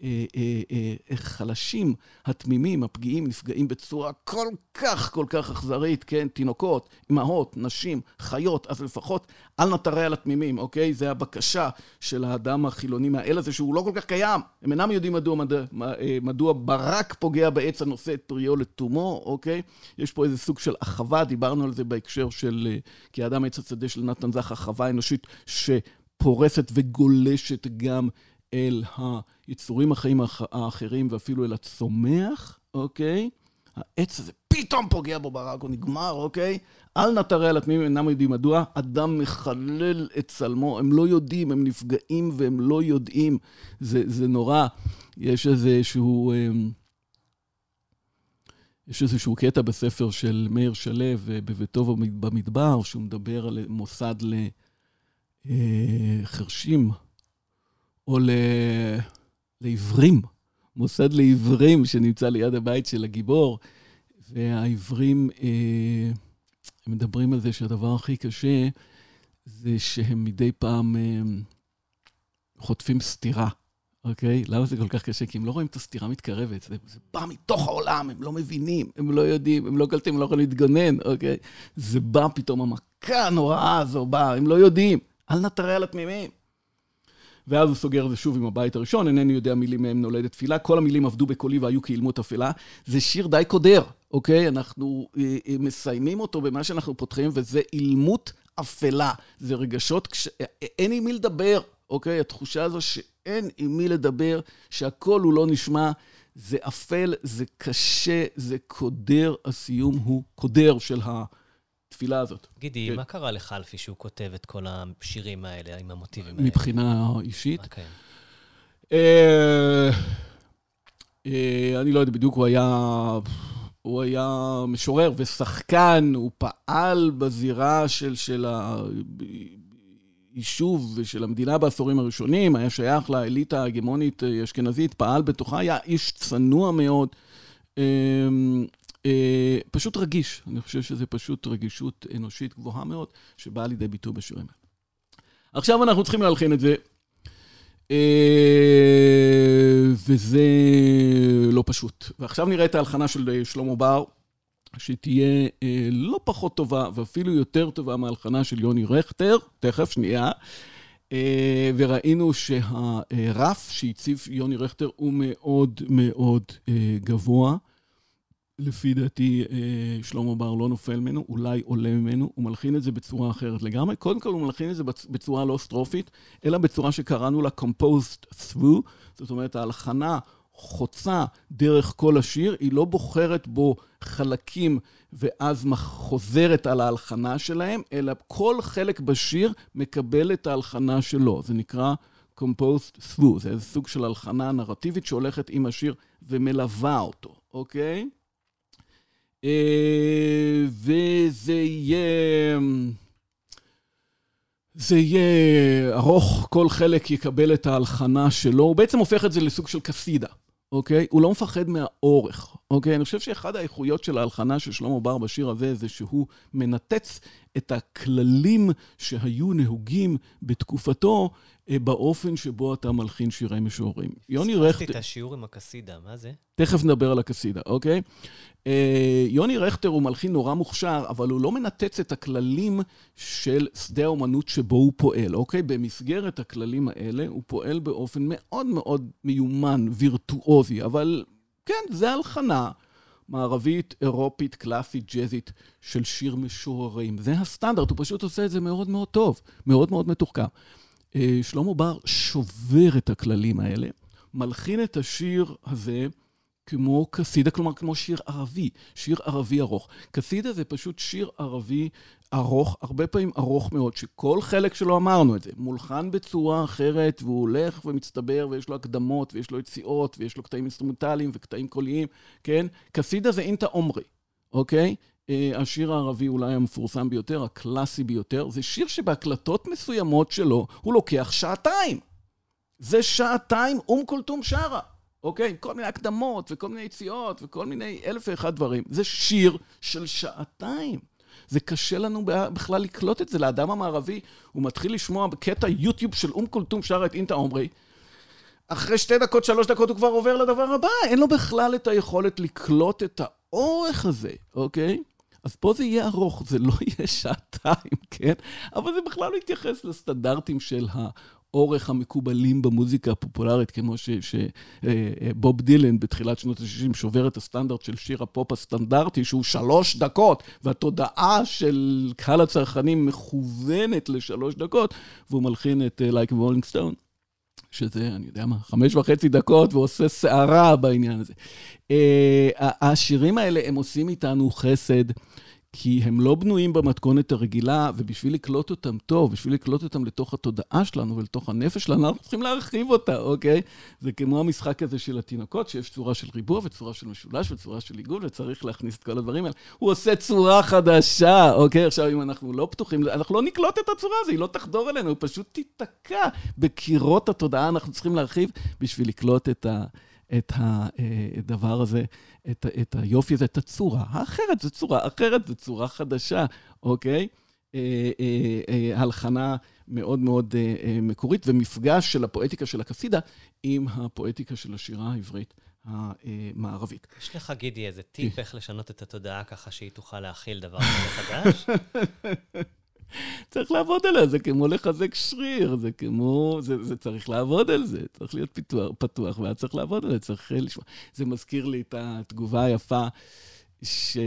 חלשים, התמימים, הפגיעים, נפגעים בצורה כל כך, כל כך אכזרית, כן? תינוקות, אמהות, נשים, חיות, אז לפחות אל נתרע לתמימים, אוקיי? זה הבקשה של האדם החילוני מהאל הזה, שהוא לא כל כך קיים. הם אינם יודעים מדוע, מדוע, מדוע ברק פוגע בעץ הנושא את פריו לתומו, אוקיי? יש פה איזה סוג של אחווה, דיברנו על זה בהקשר של, כי האדם עץ השדה של נתן זך, אחווה אנושית שפורסת וגולשת גם אל היצורים החיים האחרים, ואפילו אל הצומח, אוקיי? העץ הזה פתאום פוגע בו ברק, הוא נגמר, אוקיי? אל נתרע לתמימים, אינם יודעים מדוע, אדם מחלל את צלמו, הם לא יודעים, הם נפגעים והם לא יודעים, זה, זה נורא. יש איזשהו, יש איזשהו קטע בספר של מאיר שלו, בביתו במדבר, שהוא מדבר על מוסד לחרשים, או לעברים, מוסד לעברים שנמצא ליד הבית של הגיבור, והעברים אה, מדברים על זה שהדבר הכי קשה זה שהם מדי פעם אה, חוטפים סתירה, אוקיי? למה זה כל כך קשה? כי הם לא רואים את הסתירה מתקרבת, זה, זה בא מתוך העולם, הם לא מבינים, הם לא יודעים, הם לא קלטים, הם לא יכולים להתגונן, אוקיי? זה בא פתאום, המכה הנוראה הזו באה, הם לא יודעים, אל נתרע לתמימים. ואז הוא סוגר את זה שוב עם הבית הראשון, אינני יודע מילים מהם נולדת תפילה, כל המילים עבדו בקולי והיו כאילמות אפלה, זה שיר די קודר, אוקיי? אנחנו אה, אה, מסיימים אותו במה שאנחנו פותחים, וזה אילמות אפלה, זה רגשות, כש... אין עם מי לדבר, אוקיי? התחושה הזו שאין עם מי לדבר, שהכל הוא לא נשמע, זה אפל, זה קשה, זה קודר, הסיום הוא קודר של ה... תפילה הזאת. גידי, מה קרה לחלפי שהוא כותב את כל השירים האלה, עם המוטיבים האלה? מבחינה אישית? אוקיי. אני לא יודע, בדיוק הוא היה, הוא היה משורר ושחקן, הוא פעל בזירה של היישוב ושל המדינה בעשורים הראשונים, היה שייך לאליטה ההגמונית אשכנזית, פעל בתוכה, היה איש צנוע מאוד, פשוט רגיש, אני חושב שזה פשוט רגישות אנושית גבוהה מאוד, שבאה לידי ביטוי בשירים. עכשיו אנחנו צריכים להלחין את זה, וזה לא פשוט. ועכשיו נראה את ההלחנה של שלמה בר, שתהיה לא פחות טובה, ואפילו יותר טובה מההלחנה של יוני רכטר, תכף, שנייה. וראינו שהרף שהציב יוני רכטר הוא מאוד מאוד גבוה. לפי דעתי, שלמה בר לא נופל ממנו, אולי עולה ממנו, הוא מלחין את זה בצורה אחרת לגמרי. קודם כל הוא מלחין את זה בצורה לא סטרופית, אלא בצורה שקראנו לה composed through, זאת אומרת, ההלחנה חוצה דרך כל השיר, היא לא בוחרת בו חלקים ואז חוזרת על ההלחנה שלהם, אלא כל חלק בשיר מקבל את ההלחנה שלו. זה נקרא composed through, זה איזה סוג של הלחנה נרטיבית שהולכת עם השיר ומלווה אותו, אוקיי? וזה יהיה... זה יהיה ארוך, כל חלק יקבל את ההלחנה שלו, הוא בעצם הופך את זה לסוג של קסידה, אוקיי? הוא לא מפחד מהאורך, אוקיי? אני חושב שאחד האיכויות של ההלחנה של שלמה בר בשיר הזה, זה שהוא מנתץ את הכללים שהיו נהוגים בתקופתו, באופן שבו אתה מלחין שירי משוררים. יוני רכטר... ספרתי את השיעור עם הקסידה, מה זה? תכף נדבר על הקסידה, אוקיי? יוני רכטר הוא מלחין נורא מוכשר, אבל הוא לא מנתץ את הכללים של שדה האומנות שבו הוא פועל, אוקיי? במסגרת הכללים האלה הוא פועל באופן מאוד מאוד מיומן, וירטואוזי, אבל כן, זה הלחנה מערבית, אירופית, קלאסית, ג'זית של שיר משוררים. זה הסטנדרט, הוא פשוט עושה את זה מאוד מאוד טוב, מאוד מאוד מתוחכם. שלמה בר שובר את הכללים האלה, מלחין את השיר הזה כמו קסידה, כלומר כמו שיר ערבי, שיר ערבי ארוך. קסידה זה פשוט שיר ערבי ארוך, הרבה פעמים ארוך מאוד, שכל חלק שלו אמרנו את זה, מולחן בצורה אחרת, והוא הולך ומצטבר, ויש לו הקדמות, ויש לו יציאות, ויש לו קטעים אינסטרומנטליים וקטעים קוליים, כן? קסידה זה אינטה אומרי, אוקיי? השיר הערבי אולי המפורסם ביותר, הקלאסי ביותר, זה שיר שבהקלטות מסוימות שלו, הוא לוקח שעתיים. זה שעתיים אום כולתום שרה. אוקיי? כל מיני הקדמות וכל מיני יציאות וכל מיני אלף ואחד דברים. זה שיר של שעתיים. זה קשה לנו בכלל לקלוט את זה. לאדם המערבי, הוא מתחיל לשמוע בקטע יוטיוב של אום כולתום שרה את אינטה אומרי. אחרי שתי דקות, שלוש דקות הוא כבר עובר לדבר הבא. אין לו בכלל את היכולת לקלוט את האורך הזה, אוקיי? אז פה זה יהיה ארוך, זה לא יהיה שעתיים, כן? אבל זה בכלל לא יתייחס לסטנדרטים של האורך המקובלים במוזיקה הפופולרית, כמו שבוב דילן בתחילת שנות ה-שישים שובר את הסטנדרט של שיר הפופ הסטנדרטי, שהוא שלוש דקות, והתודעה של קהל הצרכנים מכוונת לשלוש דקות, והוא מלחין את Like a Rolling Stone. שזה, אני יודע מה, חמש וחצי דקות, ועושה שערה בעניין הזה. השירים האלה, הם עושים איתנו חסד, כי הם לא בנויים במתכונת הרגילה, ובשביל לקלוט אותם טוב, בשביל לקלוט אותם לתוך התודעה שלנו, ולתוך הנפש שלנו, אנחנו צריכים להרחיב אותה, אוקיי? זה כמו המשחק הזה של התינוקות, שיש צורה של ריבוע, וצורה של משולש, וצורה של עיגול, וצריך להכניס את כל הדברים האלה. הוא עושה צורה חדשה, אוקיי? עכשיו, אם אנחנו לא פתוחים, אנחנו לא נקלוט את הצורה הזו, היא לא תחדור אלינו, היא פשוט תתקע בקירות התודעה, אנחנו צריכים להרחיב בשביל לקלוט את ה... את הדבר הזה, את, את היופי הזה, את הצורה. האחרת זה צורה, אחרת זה צורה חדשה, אוקיי? אה, אה, אה, הלחנה מאוד מאוד אה, מקורית, ומפגש של הפואטיקה של הקסידה עם הפואטיקה של השירה העברית המערבית. יש לך, גידי, איזה טיפ איך לשנות את התודעה ככה שהיא תוכל להכיל דבר חדש? צריך לעבוד עליה, זה כמו לחזק שריר, זה כמו, זה, זה צריך לעבוד על זה, צריך להיות פיתוח, פתוח, ואז צריך לעבוד על זה, צריך לשמוע. זה מזכיר לי את התגובה היפה ש,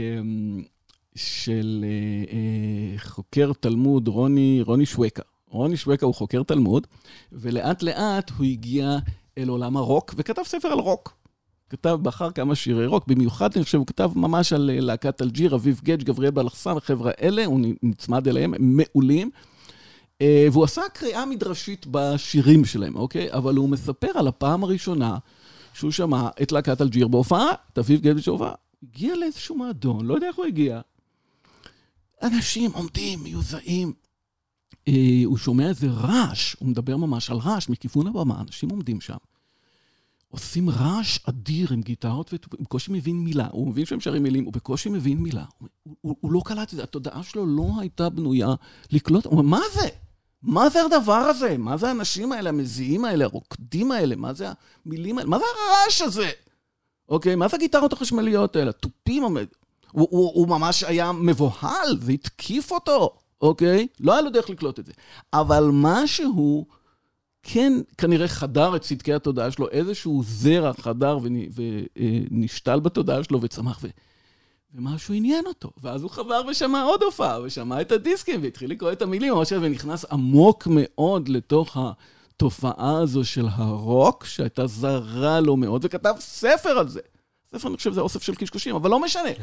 של חוקר תלמוד רוני, רוני שווקה. רוני שווקה הוא חוקר תלמוד, ולאט לאט הוא הגיע אל עולם הרוק, וכתב ספר על רוק. כתב באחר כמה שירי רוק, במיוחד אני חושב, הוא כתב ממש על להקת אלג'יר, אביב גדג', גבריאל בלחסן, החבר'ה האלה, הוא נצמד אליהם, הם מעולים, והוא עשה קריאה מדרשית בשירים שלהם, אוקיי? אבל הוא מספר על הפעם הראשונה, שהוא שמע את להקת אלג'יר בהופעה, את אביב גדג' בהופעה, הגיע לאיזשהו מועדון, לא יודע איך הוא הגיע, אנשים עומדים, מיוזעים, הוא שומע איזה רעש, הוא מדבר ממש על רעש, מכיוון הבמה, אנשים עומדים שם, עושים רעש אדיר עם גיטרות, והוא בקושי מבין מילה. הוא מבין שהם שרים מילים, הוא בקושי מבין מילה. הוא, הוא, הוא לא קלט את זה, התודעה שלו לא הייתה בנויה לקלוט. הוא אומר, מה זה? מה זה הדבר הזה? מה זה האנשים האלה, המזיעים האלה, הרוקדים האלה? מה זה המילים האלה? מה זה הרעש הזה? אוקיי, מה זה הגיטרות החשמליות האלה? טופים, הוא, הוא, הוא ממש היה מבוהל, זה התקיף אותו. אוקיי? לא היה לו דרך לקלוט את זה. אבל משהו, כן, כנראה חדר את צדקי התודעה שלו, איזשהו זרע חדר ונשתל בתודעה שלו וצמח, ו... ומשהו עניין אותו. ואז הוא חבר ושמע עוד הופעה, ושמע את הדיסקים, והתחיל לקרוא את המילים, ונכנס עמוק מאוד לתוך התופעה הזו של הרוק, שהייתה זרה לו מאוד, וכתב ספר על זה. ספר, אני חושב, זה אוסף של קשקושים, אבל לא משנה.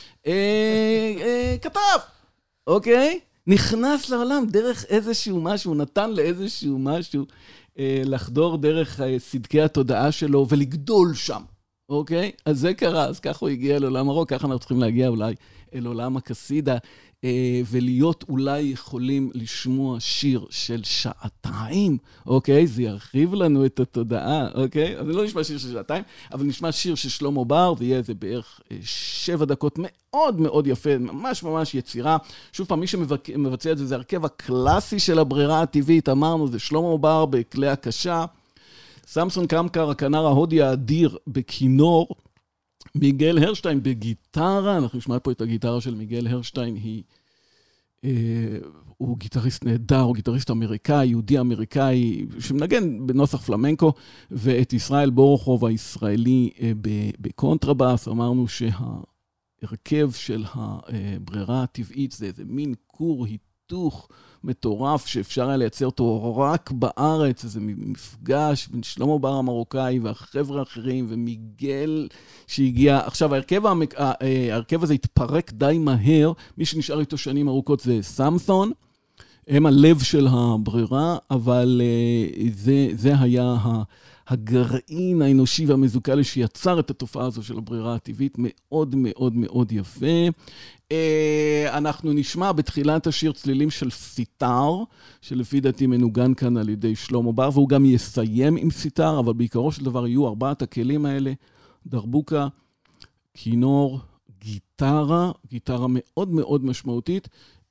כתב, אוקיי? נכנס לעולם דרך איזשהו משהו, נתן לאיזשהו משהו לחדור דרך סדקי התודעה שלו ולגדול שם, אוקיי? אז זה קרה, אז ככה הוא הגיע לעולם הרוק, ככה אנחנו צריכים להגיע אולי אל עולם הקסידה, ולהיות אולי יכולים לשמוע שיר של שעתיים, אוקיי? זה ירחיב לנו את התודעה, אוקיי? אז לא נשמע שיר של שעתיים, אבל נשמע שיר של שלמה בר, ויהיה איזה בערך שבע דקות מאוד מאוד יפה, ממש ממש יצירה. שוב פעם, מי שמבצע את זה, זה הרכב הקלאסי של הברירה הטבעית, אמרנו, זה שלמה בר בכלי הקשה, סמסון קמקר, הכנר ההודי האדיר בכינור, מיגל הרשטיין בגיטרה, אנחנו נשמע פה את הגיטרה של מיגל הרשטיין, היא, אה, הוא גיטריסט נהדר, הוא גיטריסט אמריקאי, יהודי אמריקאי, שמנגן בנוסח פלמנקו, ואת ישראל בורוכוב הישראלי אה, בקונטרבאס, אמרנו שההרכב של הברירה הטבעית זה איזה מין קור היתוך מטורף שאפשר היה לייצר אותו רק בארץ, איזה מפגש בין שלמה בר המרוקאי והחבר'ה האחרים ומיגל שהגיע. עכשיו, ההרכב, המק... ההרכב הזה התפרק די מהר, מי שנשאר איתו שנים ארוכות זה סמסון, הם הלב של הברירה, אבל זה, זה היה הגרעין האנושי והמזוקלי שיצר את התופעה הזו של הברירה הטבעית, מאוד מאוד מאוד יפה. אנחנו נשמע בתחילת השיר צלילים של סיטר, שלפי דעתי מנוגן כאן על ידי שלמה בר, והוא גם יסיים עם סיטר, אבל בעיקרו של דבר יהיו ארבעת הכלים האלה, דרבוקה, כינור, גיטרה, גיטרה מאוד מאוד משמעותית,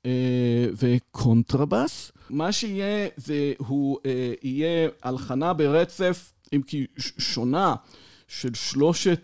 וקונטרבס. מה שיהיה, זה הוא יהיה הלחנה ברצף, אם כי שונה, של שלושת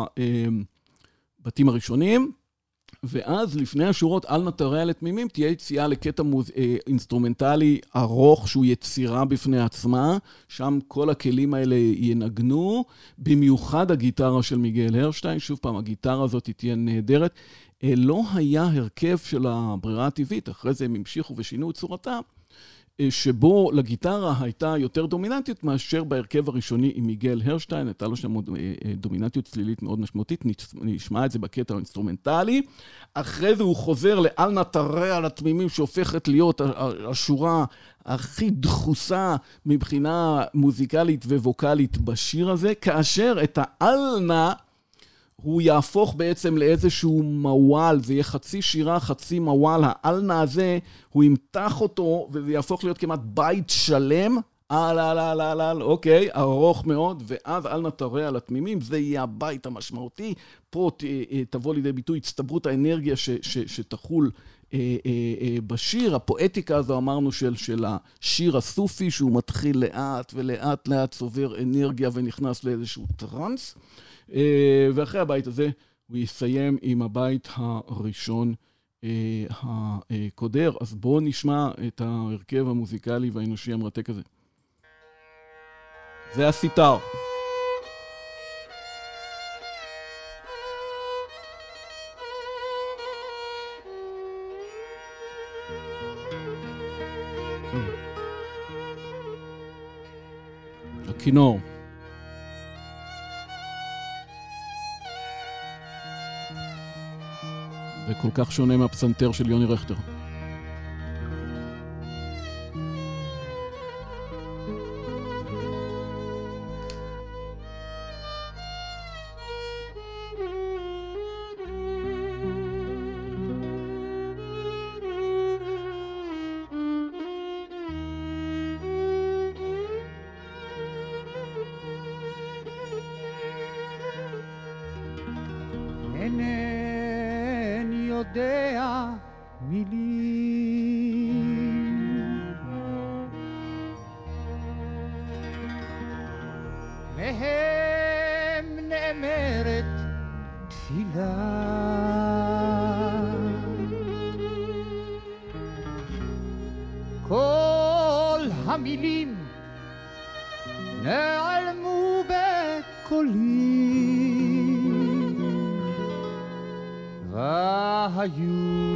הבתים הראשונים, ואז לפני השורות על נטריה לתמימים תהיה יציאה לקטע מוז... אינסטרומנטלי ארוך שהוא יצירה בפני עצמה, שם כל הכלים האלה ינגנו, במיוחד הגיטרה של מיגל הרשטיין, שוב פעם הגיטרה הזאת תהיה נהדרת, לא היה הרכב של הברירה הטבעית, אחרי זה הם המשיכו ושינו את צורתה, שבו לגיטרה הייתה יותר דומיננטיות מאשר בהרכב הראשוני עם מיגל הרשטיין, הייתה לו שם דומיננטיות צלילית מאוד משמעותית, נשמע את זה בקטע האינסטרומנטלי, אחרי זה הוא חוזר לאל נטריה לתמימים שהופכת להיות השורה הכי דחוסה מבחינה מוזיקלית וווקלית בשיר הזה, כאשר את האלנה הוא יהפוך בעצם לאיזשהו מוואל, זה יהיה חצי שירה, חצי מוואל, האלנה הזה, הוא ימתח אותו, וזה יהפוך להיות כמעט בית שלם, אל, אל, אל, אל, אל, אוקיי, ארוך מאוד, ואז אל נטריה לתמימים, זה יהיה הבית המשמעותי, פה ת, תבוא לידי ביטוי הצטברות האנרגיה ש, ש, שתחול אה, אה, אה, בשיר, הפואטיקה הזו אמרנו של, של השיר הסופי, שהוא מתחיל לאט ולאט לאט צובר אנרגיה ונכנס לאיזשהו טרנס, ואחרי הבית הזה הוא יסיים עם הבית הראשון הקודר. אז בואו נשמע את ההרכב המוזיקלי והאנושי המרתק הזה. זה הסיטר. הכינור. זה כל כך שונה מהפסנתר של יוני רכטר. יודע מילים מהם נאמרת תפילה המילים נעלמו בקולי והיו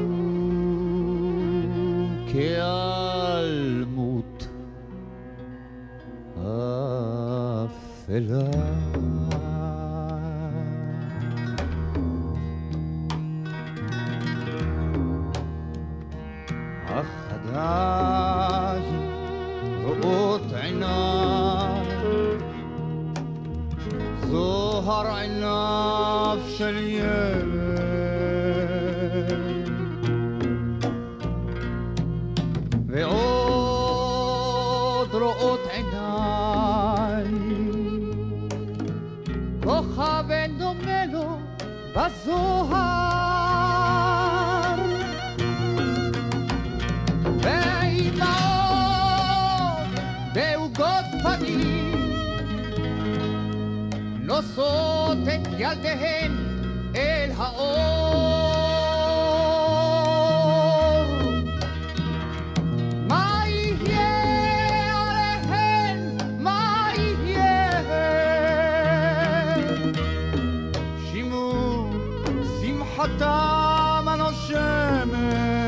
כאלמות אפלה. אך עדיין רואות עיניי זוהר עיניו של ילד ועוד רואות עיניי כוכב אין דומה לו בזוהר ואימהות בעוגות פנים נושאות את ילדיהן אל האור. מה יהיה עליהן? מה יהיה? שימו שמחתם הנושמת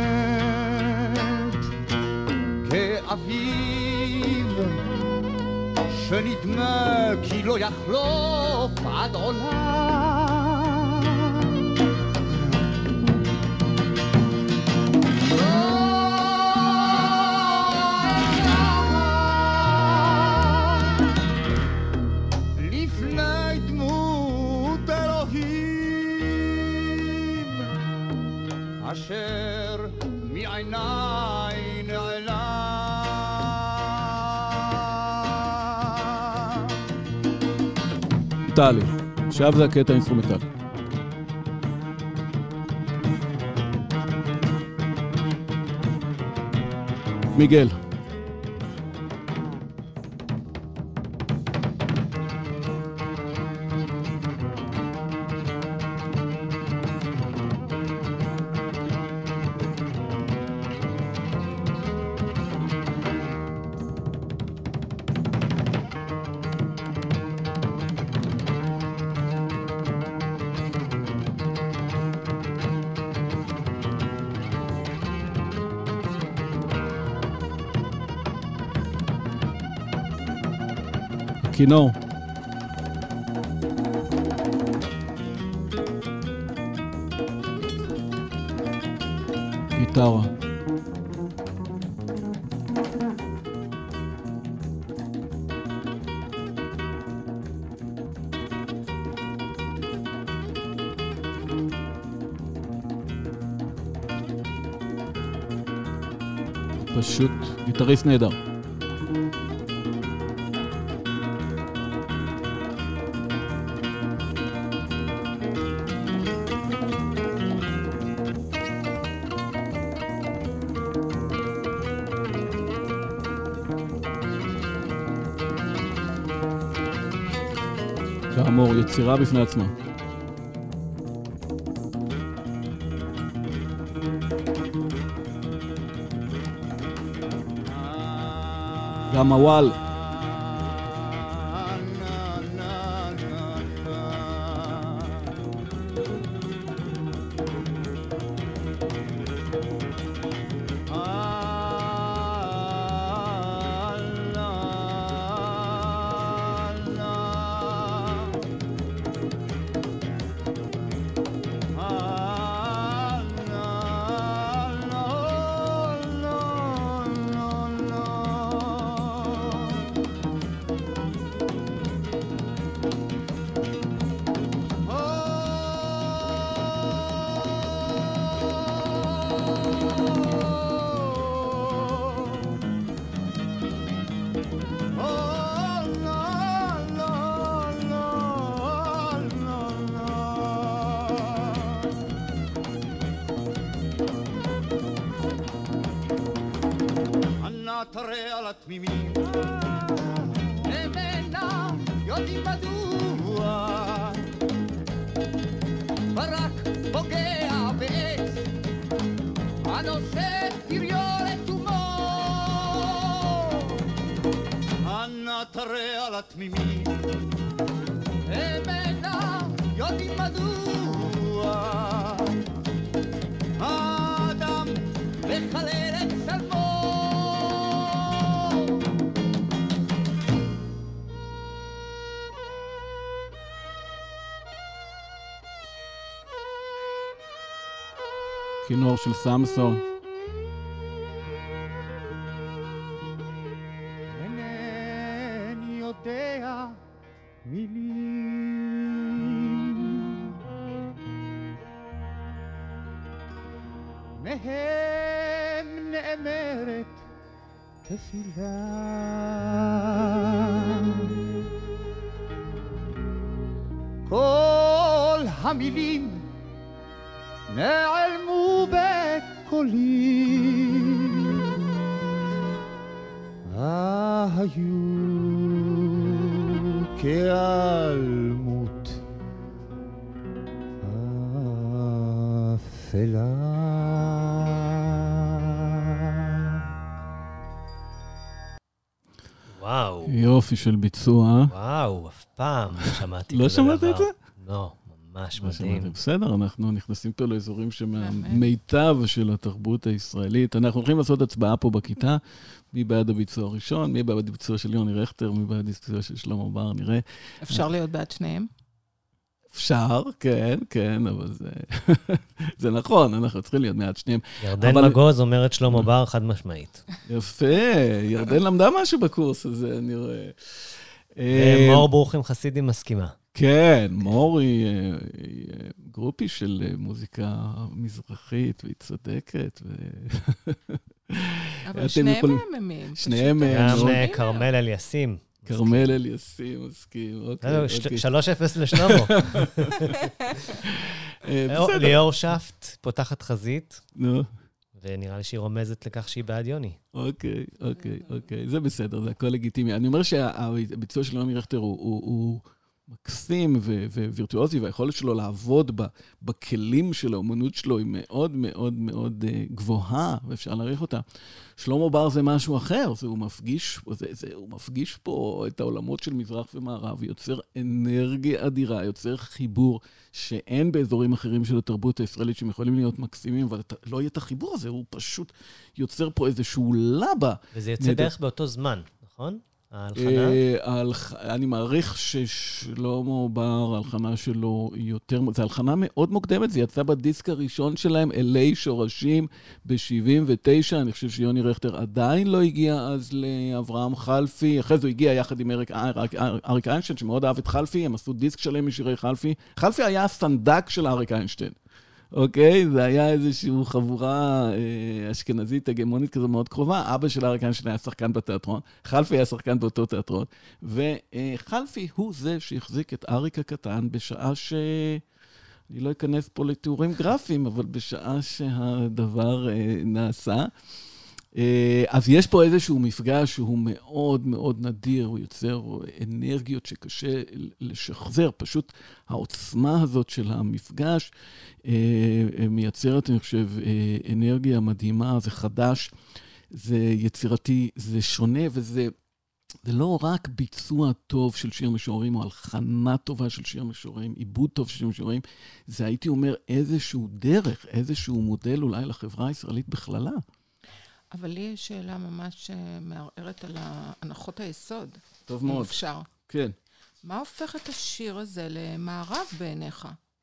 כאביב שנדמה כי לא יחלוף עד עולם. לפני דמות אלוהים אשר מעיניי נעלם. טלי, עכשיו זה הקטע האינסטרומנטלי. מיגל. כינור. גיטרה. פשוט גיטריסט נהדר. כאמור, יצירה בפני עצמה. גם הוואל. תראה על התמימים הם אינם יודעים מדוע ברק פוגע בעץ הנושא פריון לתומו התמימים הם אינם יודעים מדוע האדם מחלל את צלמו. כינור של סמסון. אינני יודע מילים מהם נאמרת תפילה. כל המילים נעלמו בקולי, היו כעלמות אפלה. וואו. יופי של ביצוע. וואו, אף פעם לא שמעתי. לא שמעת את זה? לא. ממש מדהים. בסדר, אנחנו נכנסים פה לאזורים שמהמיטב של התרבות הישראלית. אנחנו הולכים לעשות הצבעה פה בכיתה, מי בעד הביצוע הראשון, מי בעד הביצוע של יוני רכטר, מי בעד הביצוע של שלמה בר, נראה. אפשר להיות בעד שניהם? אפשר, כן, כן, אבל זה, זה נכון, אנחנו צריכים להיות מעט שניהם. ירדן אבל... מגוז אומרת שלמה בר חד משמעית. יפה, ירדן למדה משהו בקורס הזה, אני רואה. מור ברוכים חסידי מסכימה. כן, מור היא, היא גרופי של מוזיקה מזרחית, והיא צודקת. ו... אבל שניהם מהממים. שניהם... גם קרמל אליסים. קרמל אליסים, מסכים. שלוש אפס לשלמה. ליאור שפט פותחת חזית. נו. ונראה לי שהיא רומזת לכך שהיא בעד יוני. אוקיי, אוקיי, אוקיי. זה בסדר, זה הכל לגיטימי. אני אומר שהביצוע של יוני רכטר הוא מקסים ווירטואוזי, והיכולת שלו לעבוד בכלים של האומנות שלו היא מאוד מאוד מאוד גבוהה, ואפשר להעריך אותה. שלמה בר זה משהו אחר, הוא מפגיש, הוא מפגיש פה את העולמות של מזרח ומערב, יוצר אנרגיה אדירה, יוצר חיבור שאין באזורים אחרים של התרבות הישראלית שהם יכולים להיות מקסימים, אבל לא יהיה את החיבור הזה, הוא פשוט יוצר פה איזשהו לבה. וזה יוצא בערך באותו זמן, נכון? ההלחנה? אני מעריך ששלמה בר, ההלחנה שלו היא יותר... זו הלחנה מאוד מוקדמת, זה יצא בדיסק הראשון שלהם, אלי שורשים, ב-שבעים ותשע, אני חושב שיוני רכטר עדיין לא הגיע אז לאברהם חלפי, אחרי זה הוא הגיע יחד עם אריק, אריק איינשטיין, שמאוד אהב את חלפי, הם עשו דיסק שלם משירי חלפי. חלפי היה הסנדק של אריק איינשטיין. אוקיי? זה היה איזושהי חבורה אה, אשכנזית, הגמונית כזו מאוד קרובה. אבא של אריק איינשטיין היה שחקן בתיאטרון, חלפי היה שחקן באותו תיאטרון, וחלפי הוא זה שהחזיק את אריק הקטן בשעה ש... אני לא אכנס פה לתיאורים גרפיים, אבל בשעה שהדבר אה, נעשה. אז יש פה איזשהו מפגש שהוא מאוד מאוד נדיר, הוא יוצר אנרגיות שקשה לשחזר, פשוט העוצמה הזאת של המפגש מייצרת, אני חושב, אנרגיה מדהימה, זה חדש, זה יצירתי, זה שונה, וזה זה לא רק ביצוע טוב של שיר משוררים, או הלחנה טובה של שיר משוררים, עיבוד טוב של שיר משוררים, זה הייתי אומר איזשהו דרך, איזשהו מודל אולי לחברה הישראלית בכללה. אבל לי יש שאלה ממש מערערת על הנחות היסוד. טוב מאוד. אפשר. כן. מה הופך את השיר הזה למערב בעיניך?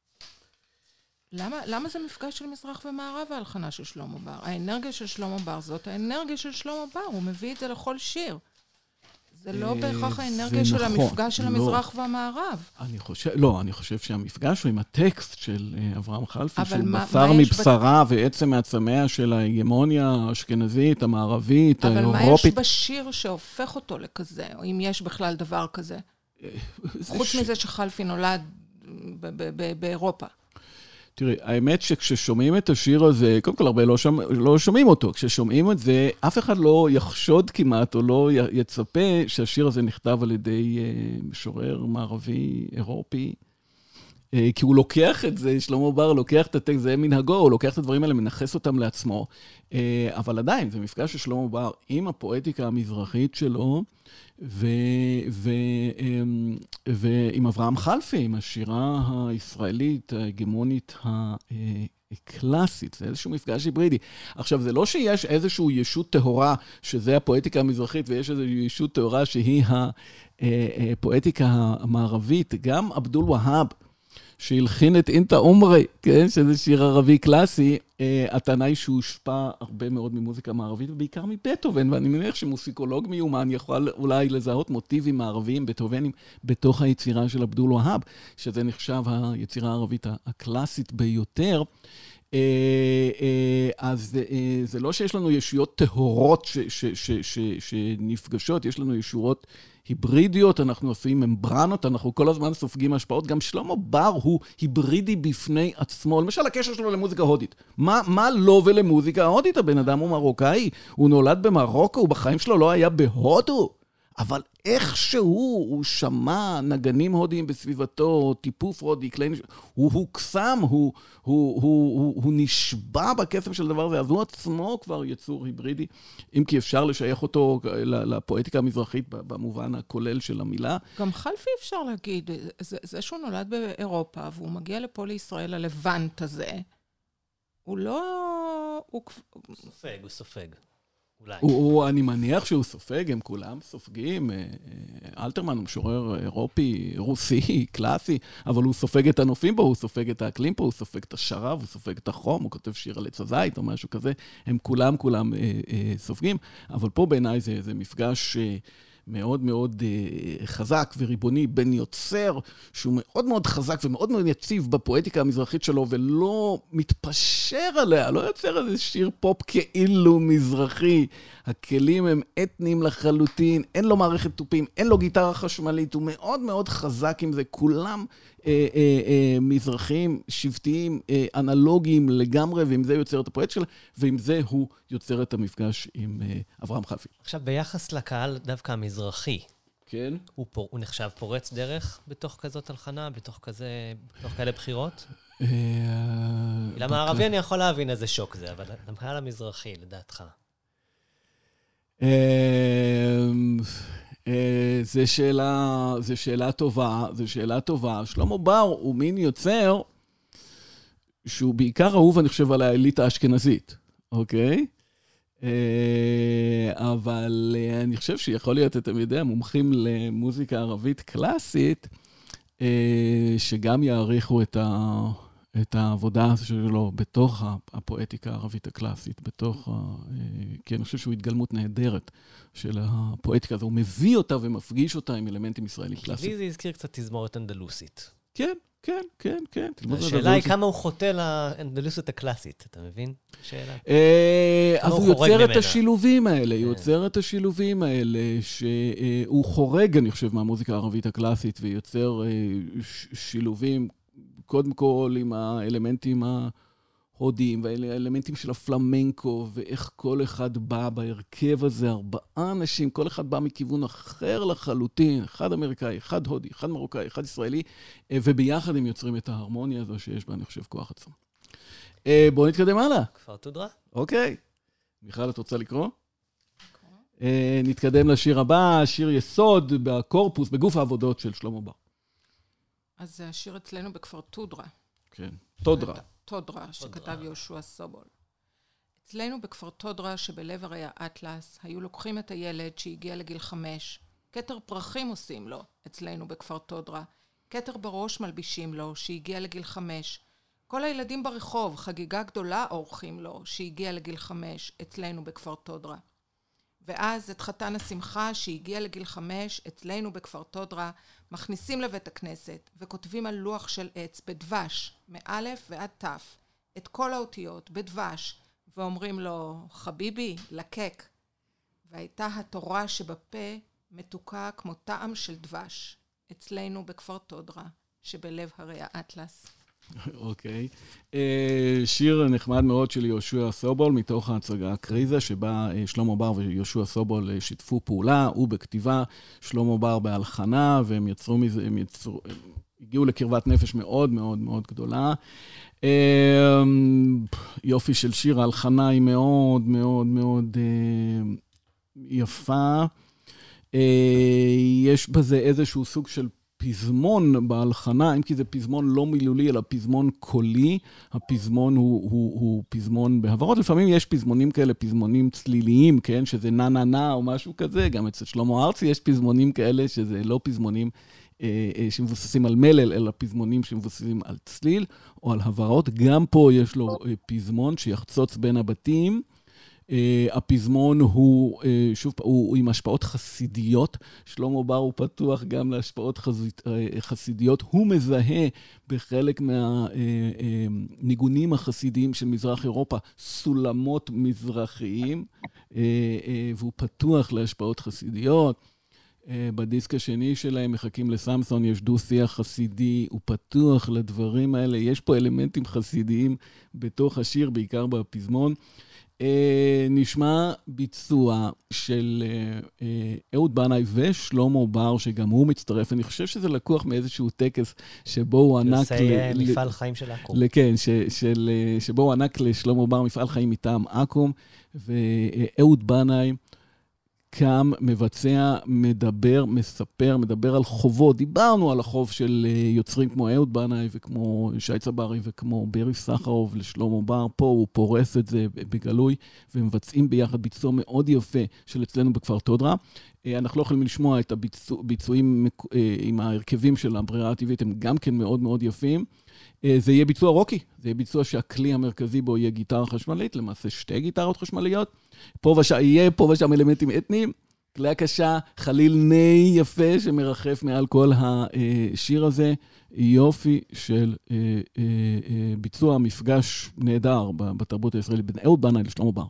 למה, למה זה מפגש של מזרח ומערב ההלחנה של שלמה בר? האנרגיה של שלמה בר זאת האנרגיה של שלמה בר, הוא מביא את זה לכל שיר. זה לא בהכרח האנרגיה של המפגש של המזרח והמערב. אני חושב, לא, אני חושב שהמפגש הוא עם הטקסט של אברהם חלפי, של בשר מבשרה ועצם מהצמאה של ההגמוניה האשכנזית, המערבית, האירופית. אבל מה יש בשיר שהופך אותו לכזה, או אם יש בכלל דבר כזה? חוץ מזה שחלפי נולד באירופה. תראי, האמת שכששומעים את השיר הזה, קודם כל הרבה לא, שומע, לא שומעים אותו, כששומעים את זה, אף אחד לא יחשוד כמעט, או לא יצפה שהשיר הזה נכתב על ידי משורר מערבי, אירופי. כי הוא לוקח את זה, שלמה בר לוקח את הטקסט, זה מנהגו, הוא לוקח את הדברים האלה, מנחס אותם לעצמו, אבל עדיין, זה מפגש של שלמה בר עם הפואטיקה המזרחית שלו, ועם אברהם חלפי, עם השירה הישראלית, ההגמונית הקלאסית, זה איזשהו מפגש היברידי. עכשיו, זה לא שיש איזשהו ישות טהורה, שזה הפואטיקה המזרחית, ויש איזושהי ישות טהורה שהיא הפואטיקה המערבית, גם עבדול והאב, שהלחין את אינטה עומרי, כן? שזה שיר ערבי קלאסי, הטענה היא שהוא הושפע הרבה מאוד ממוזיקה מערבית, ובעיקר מבטהובן, ואני מניח שמוסיקולוג מיומן יכול אולי לזהות מוטיבים מערביים, בטהובנים, בתוך היצירה של עבדול והאב, שזה נחשב היצירה הערבית הקלאסית ביותר. אז זה לא שיש לנו ישויות טהורות שנפגשות, יש לנו ישויות היברידיות, אנחנו עושים ממברנות, אנחנו כל הזמן סופגים השפעות, גם שלמה בר הוא היברידי בפני עצמו, למשל הקשר שלו למוזיקה הודית. מה, מה לא ולמוזיקה ההודית? הבן אדם הוא מרוקאי, הוא נולד במרוקו, הוא בחיים שלו לא היה בהודו, אבל איכשהו הוא שמע נגנים הודיים בסביבתו, טיפוף הודי, קליין, הוא הוקסם, הוא, הוא, הוא, הוא, הוא נשבע בקסם של דבר הזה, אז הוא עצמו כבר יצור היברידי, אם כי אפשר לשייך אותו לפואטיקה המזרחית במובן הכולל של המילה. גם חלפי אפשר להגיד, זה, זה שהוא נולד באירופה, והוא מגיע לפה לישראל, הלבנט הזה, הוא לא... הוא סופג, הוא סופג. אולי. הוא, הוא, אני מניח שהוא סופג, הם כולם סופגים. אלתרמן הוא משורר אירופי, רוסי, קלאסי, אבל הוא סופג את הנופים בו, הוא סופג את האקלים פה, הוא סופג את השרב, הוא סופג את החום, הוא כותב שיר על עץ הזית או משהו כזה. הם כולם, כולם אה, אה, סופגים, אבל פה בעיניי זה, זה מפגש... אה, מאוד מאוד uh, חזק וריבוני בין יוצר, שהוא מאוד מאוד חזק ומאוד מאוד יציב בפואטיקה המזרחית שלו, ולא מתפשר עליה, לא יוצר איזה שיר פופ כאילו מזרחי. הכלים הם אתניים לחלוטין, אין לו מערכת טופים, אין לו גיטרה חשמלית, הוא מאוד מאוד חזק עם זה, כולם אה, אה, אה, מזרחים, שבטיים, אה, אנלוגיים לגמרי, ועם זה יוצר את הפואט שלה, ועם זה הוא יוצר את המפגש עם אה, אברהם חלפי. עכשיו, ביחס לקהל דווקא המזרחי, כן. הוא, פור, הוא נחשב פורץ דרך בתוך כזאת הלחנה, בתוך כזה, בתוך כאלה בחירות? למה הערבי אני יכול להבין איזה שוק זה, אבל הקהל המזרחי, לדעתך. זה שאלה, זה שאלה טובה, זה שאלה טובה. שלמה בר הוא מין יוצר שהוא בעיקר אהוב, אני חושב, על האליטה האשכנזית, אוקיי? אבל אני חושב שיכול להיות, אתם יודע, מומחים למוזיקה ערבית קלאסית, שגם יעריכו את ה... את העבודה שלו בתוך הפואטיקה הערבית הקלאסית, בתוך, כי אני חושב שהוא התגלמות נהדרת של הפואטיקה הזו, הוא מביא אותה ומפגיש אותה עם אלמנטים ישראלים קלאסיים. לי זה הזכיר קצת תזמורת אנדלוסית. כן, כן, כן, כן. השאלה היא כמה הוא חוטא לאנדלוסית הקלאסית, אתה מבין? שאלה. אז הוא יוצר את השילובים האלה, הוא יוצר את השילובים האלה, שהוא חורג, אני חושב, מהמוזיקה הערבית הקלאסית, ויוצר שילובים, קודם כל עם האלמנטים ההודיים, והאלמנטים של הפלמנקו, ואיך כל אחד בא בהרכב הזה, ארבעה אנשים, כל אחד בא מכיוון אחר לחלוטין, אחד אמריקאי, אחד הודי, אחד מרוקאי, אחד ישראלי, וביחד הם יוצרים את ההרמוניה הזו שיש בה, אני חושב, כוח עצום. בואו נתקדם הלאה. כפר תודרה. אוקיי. מיכל, את רוצה לקרוא? נתקדם לשיר הבא, שיר יסוד בקורפוס, בגוף העבודות של שלמה בר. אז זה השיר אצלנו בכפר תודרה. כן, תודרה. תודרה, שכתב יהושע סובול. אצלנו בכפר תודרה, שבלב הרי האטלס, היו לוקחים את הילד שהגיע לגיל חמש, כתר פרחים עושים לו, אצלנו בכפר תודרה, כתר בראש מלבישים לו, שהגיע לגיל חמש, כל הילדים ברחוב, חגיגה גדולה עורכים לו, שהגיע לגיל חמש, אצלנו בכפר תודרה. ואז את חתן השמחה שהגיע לגיל חמש, אצלנו בכפר תודרה, מכניסים לבית הכנסת וכותבים על לוח של עץ בדבש, מאלף ועד תף, את כל האותיות בדבש, ואומרים לו, חביבי, לקק. והייתה התורה שבפה מתוקה כמו טעם של דבש, אצלנו בכפר תודרה, שבלב הרי האטלס. אוקיי. שיר נחמד מאוד של יהושע סובול, מתוך ההצגה קריזה, שבה שלמה בר ויהושע סובול שיתפו פעולה, הוא בכתיבה, שלמה בר בהלחנה, והם יצרו מזה, הם יצרו, הגיעו לקרבת נפש מאוד מאוד מאוד גדולה. יופי של שיר, ההלחנה היא מאוד מאוד מאוד יפה. יש בזה איזשהו סוג של פזמון בהלחנה, אם כי זה פזמון לא מילולי, אלא פזמון קולי. הפזמון הוא, הוא, הוא פזמון בהברות. לפעמים יש פזמונים כאלה, פזמונים צליליים, כן? שזה נה נה נה או משהו כזה. גם אצל שלמה ארצי יש פזמונים כאלה, שזה לא פזמונים אה, אה, שמבוססים על מלל, אלא פזמונים שמבוססים על צליל או על הברות. גם פה יש לו אה, פזמון שיחצוץ בין הבתים. Uh, הפזמון הוא, uh, שוב, הוא, הוא עם השפעות חסידיות. שלמה בר הוא פתוח גם להשפעות חז... uh, חסידיות. הוא מזהה בחלק מהניגונים uh, uh, החסידיים של מזרח אירופה, סולמות מזרחיים, uh, uh, והוא פתוח להשפעות חסידיות. Uh, בדיסק השני שלהם, מחכים לסמסון, יש דו שיח חסידי, הוא פתוח לדברים האלה. יש פה אלמנטים חסידיים בתוך השיר, בעיקר בפזמון. אה, נשמע ביצוע של אה, אהוד בנאי ושלמה בר, שגם הוא מצטרף. אני חושב שזה לקוח מאיזשהו טקס שבו הוא ענק... שעושה ל... מפעל חיים של אקום. כן, ש, של, שבו הוא ענק לשלמה בר מפעל חיים מטעם אקום, ואהוד בנאי קם, מבצע, מדבר, מספר, מדבר על חובות. דיברנו על החוב של יוצרים כמו אהוד בנאי וכמו שי צברי וכמו ברי סחרוב לשלמה בר. פה הוא פורס את זה בגלוי, ומבצעים ביחד ביצוע מאוד יפה של אצלנו בכפר תודרה. אנחנו לא יכולים לשמוע את הביצועים עם ההרכבים של הברירה הטבעית, הם גם כן מאוד מאוד יפים. זה יהיה ביצוע רוקי, זה יהיה ביצוע שהכלי המרכזי בו יהיה גיטרה חשמלית, למעשה שתי גיטרות חשמליות. פה ושם, יהיה פה ושם אלמנטים אתניים, כלי הקשה, חליל ני יפה שמרחף מעל כל השיר הזה. יופי של ביצוע מפגש נהדר בתרבות הישראלית בין אהוד בנאי לשלמה בר.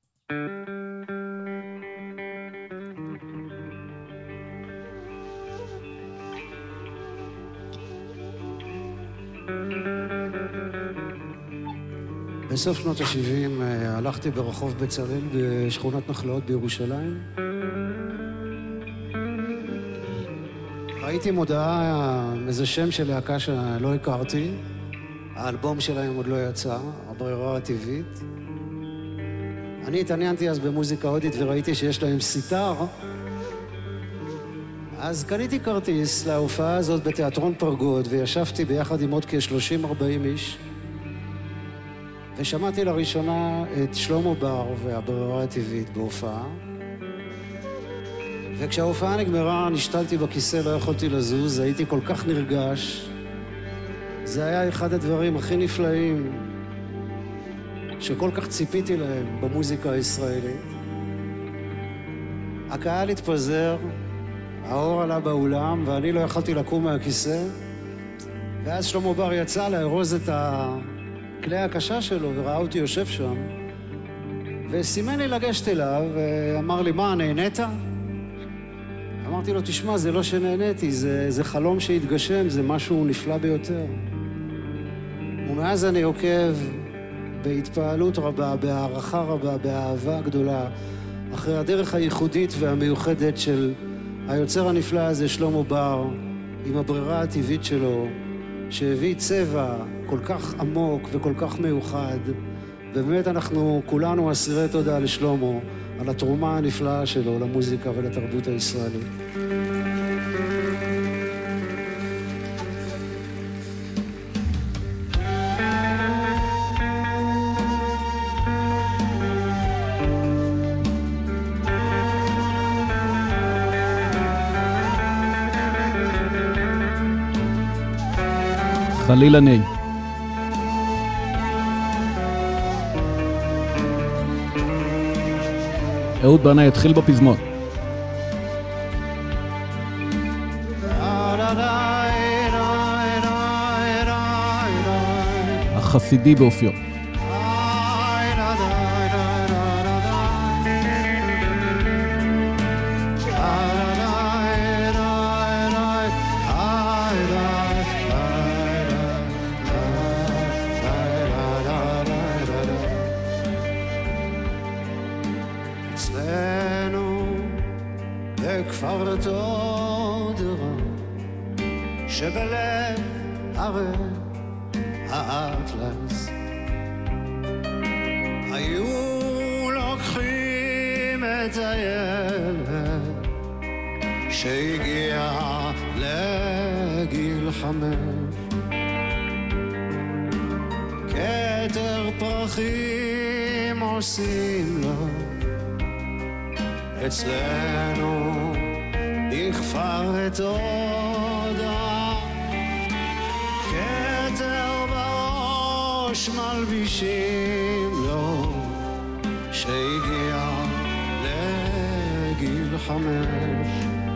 בסוף שנות ה-שבעים הלכתי ברחוב בצלאל בשכונת נחלאות בירושלים. ראיתי מודעה, איזה שם של להקה שלא הכרתי. האלבום שלהם עוד לא יצא, הברירה הטבעית. אני התעניינתי אז במוזיקה הודית וראיתי שיש להם סיטר. אז קניתי כרטיס להופעה הזאת בתיאטרון פרגוד, וישבתי ביחד עם עוד כ-שלושים ארבעים איש. ושמעתי לראשונה את שלמה בר והברירה הטבעית בהופעה. וכשההופעה נגמרה, נשתלתי בכיסא, לא יכולתי לזוז, הייתי כל כך נרגש. זה היה אחד הדברים הכי נפלאים שכל כך ציפיתי להם במוזיקה הישראלית. הקהל התפזר, האור עלה באולם, ואני לא יכולתי לקום מהכיסא. ואז שלמה בר יצא לארוז את ה... כלי הקשה שלו, וראה אותי יושב שם, וסימן לי לגשת אליו, ואמר לי, מה, נהנית? אמרתי לו, תשמע, זה לא שנהניתי, זה, זה חלום שהתגשם, זה משהו נפלא ביותר. ומאז אני עוקב בהתפעלות רבה, בהערכה רבה, באהבה גדולה, אחרי הדרך הייחודית והמיוחדת של היוצר הנפלא הזה, שלמה בר, עם הברירה הטבעית שלו, שהביא צבע כל כך עמוק וכל כך מיוחד, ובאמת אנחנו כולנו אסירי תודה לשלמה על התרומה הנפלאה שלו למוזיקה ולתרבות הישראלית. חלילה ני. אהוד בנאי יתחיל בפזמון. החסידי באופיו. אצלנו בכפר תודרה שבלב הרי האטלס היו לוקחים את הילד שהגיע לגיל חמש כתר פרחים עושים לו אצלנו בכפר את הודה כתר בראש מלבישים לו שהגיע לגיל חמש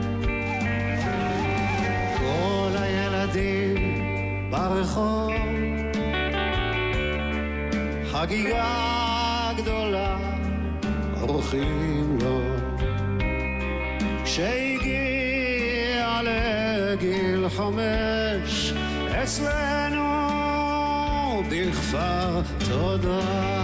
כל הילדים ברחוב חגיגה גדולה עורכים לו שהגיע לגיל חמש אצלנו בכפר תודה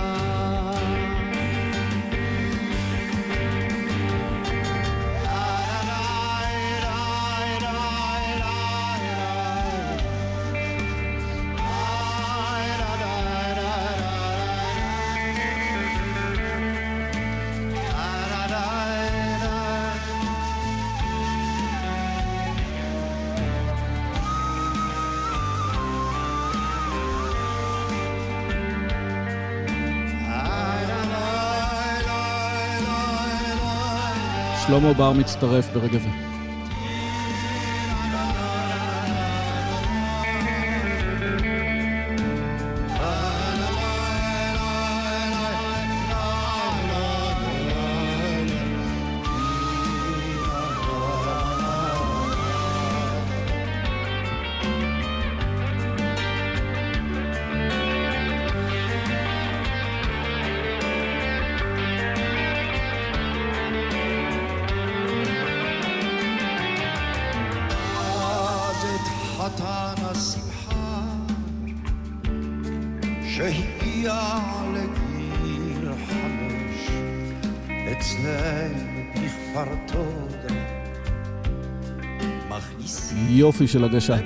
שלמה בר מצטרף ברגע זה. יופי של הגשה.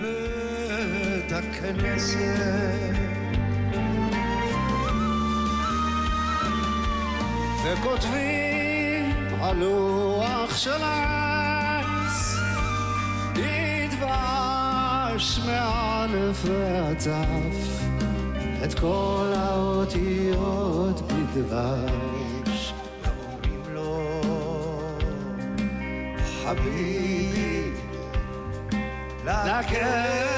וכותבים על לוח של עץ דבש מאלף ועד תף את כל האותיות בדבש ואומרים לו חביבי לקר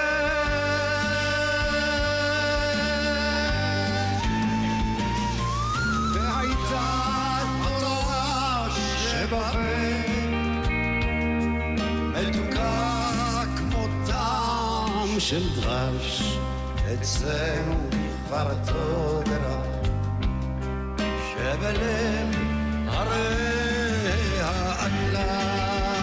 והייתה תורה שבחר מתוקה כמו טעם של דרש אצלנו בכפר תודה שבלב הרי האטלס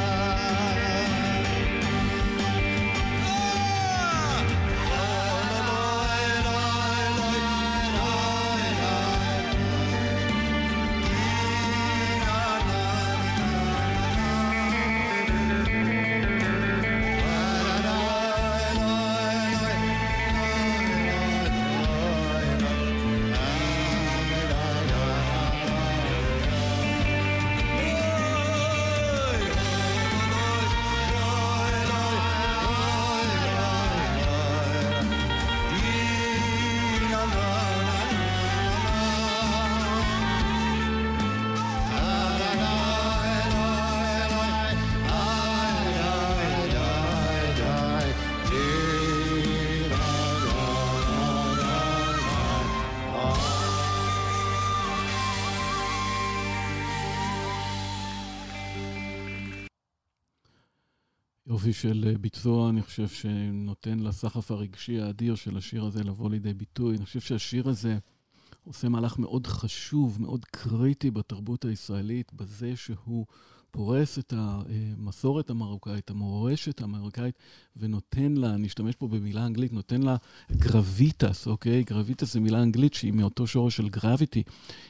יופי של ביצוע, אני חושב שנותן לסחף הרגשי האדיר של השיר הזה לבוא לידי ביטוי. אני חושב שהשיר הזה עושה מהלך מאוד חשוב, מאוד קריטי בתרבות הישראלית, בזה שהוא פורס את המסורת המרוקאית, המורשת המרוקאית, ונותן לה, נשתמש פה במילה אנגלית, נותן לה גרביטס, אוקיי? גרביטס זה מילה אנגלית שהיא מאותו שורש של גרביטי.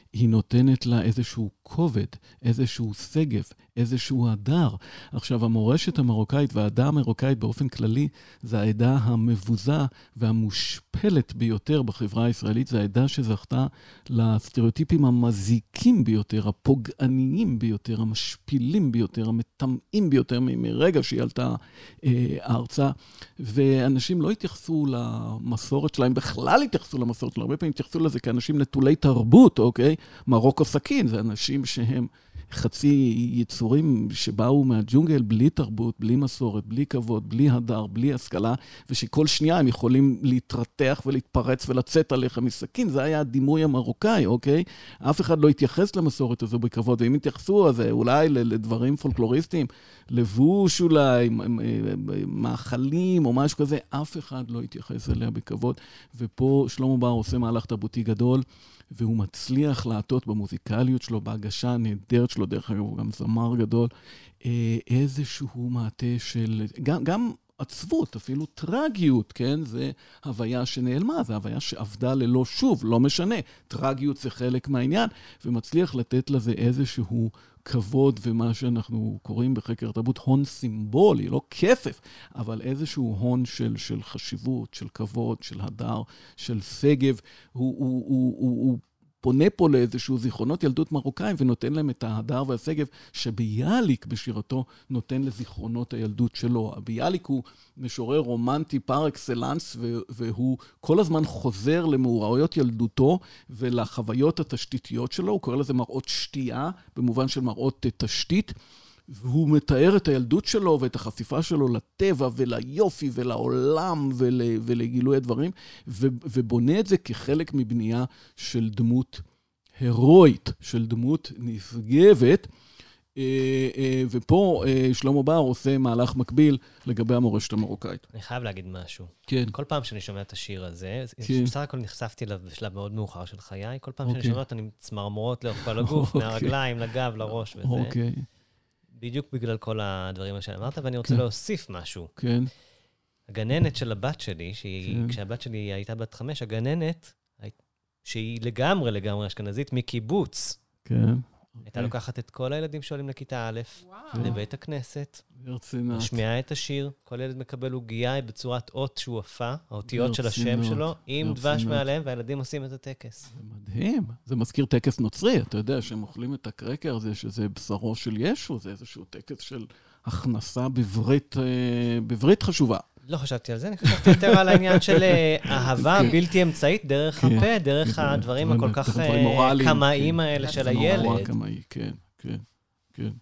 היא נותנת לה איזשהו כובד, איזשהו סגב, איזשהו הדר. עכשיו, המורשת המרוקאית והעדה המרוקאית באופן כללי, זה העדה המבוזה והמושפלת ביותר בחברה הישראלית, זה העדה שזכתה לסטריאוטיפים המזיקים ביותר, הפוגעניים ביותר, המשפילים ביותר, המטמאים ביותר מרגע שהיא עלתה אה, ארצה, ואנשים לא התייחסו למסורת שלהם, בכלל התייחסו למסורת שלהם, הרבה פעמים התייחסו לזה כאנשים נטולי תרבות, אוקיי? מרוקו סכין, זה אנשים שהם חצי יצורים שבאו מהג'ונגל בלי תרבות, בלי מסורת, בלי כבוד, בלי הדר, בלי השכלה, ושכל שנייה הם יכולים להתרתח ולהתפרץ ולצאת עליך מסכין. זה היה הדימוי המרוקאי, אוקיי? אף אחד לא התייחס למסורת הזו בכבוד, ואם התייחסו, אז אולי לדברים פולקלוריסטיים, לבוש אולי, מאכלים או משהו כזה, אף אחד לא התייחס אליה בכבוד. ופה שלמה בר עושה מהלך תרבותי גדול, והוא מצליח לעטות במוזיקליות שלו, בהגשה הנהדרת שלו, דרך אגב, הוא גם זמר גדול, איזשהו מעטה של, גם, גם עצבות, אפילו טרגיות, כן? זה הוויה שנעלמה, זה הוויה שעבדה ללא שוב, לא משנה. טרגיות זה חלק מהעניין, ומצליח לתת לזה איזשהו כבוד, ומה שאנחנו קוראים בחקר תרבות, הון סימבולי, לא כסף, אבל איזשהו הון של, של חשיבות, של כבוד, של הדר, של סגב. הוא, הוא, הוא, הוא, הוא פונה פה לאיזשהו זיכרונות ילדות מרוקאים, ונותן להם את ההדר והסגב, שביאליק בשירתו נותן לזיכרונות הילדות שלו. ביאליק הוא משורר רומנטי פר אקסלנס, והוא כל הזמן חוזר למאורעויות ילדותו, ולחוויות התשתיתיות שלו. הוא קורא לזה מראות שתייה, במובן של מראות תשתית, והוא מתאר את הילדות שלו ואת החשיפה שלו לטבע וליופי ולעולם ול, ולגילוי הדברים, ו, ובונה את זה כחלק מבנייה של דמות הרואית, של דמות נשגבת, ופה שלמה בר עושה מהלך מקביל לגבי המורשת המרוקאית. אני חייב להגיד משהו. כן. כל פעם שאני שומע את השיר הזה, כן. בסך הכל נחשפתי אליו בשלב מאוד מאוחר של חיי, כל פעם שאני שומע אותו אני צמרמורות לאורך כל הגוף, מהרגליים, לגב, לראש וזה. אוקיי. בדיוק בגלל כל הדברים שאמרת, ואני רוצה להוסיף משהו. כן. הגננת של הבת שלי, כשהבת שלי הייתה בת חמש, הגננת, שהיא לגמרי לגמרי אשכנזית, מקיבוץ. כן. הייתה לוקחת את כל הילדים שעולים לכיתה א', לבית הכנסת, משמיעה את השיר, כל ילד מקבל עוגיה בצורת אות שהוא הפה, האותיות של השם שלו, עם דבש מעליהם, והילדים עושים את הטקס. זה מדהים. זה מזכיר טקס נוצרי. אתה יודע שהם אוכלים את הקרקר הזה, שזה בשרו של ישו, זה איזשהו טקס של הכנסה בברית, בברית חשובה. לא חשבתי על זה, אני חשבתי יותר על העניין של אהבה בלתי אמצעית, דרך הפה, דרך הדברים הכל כך קמאיים האלה של הילד. נורא קמאי, כן, כן, כן.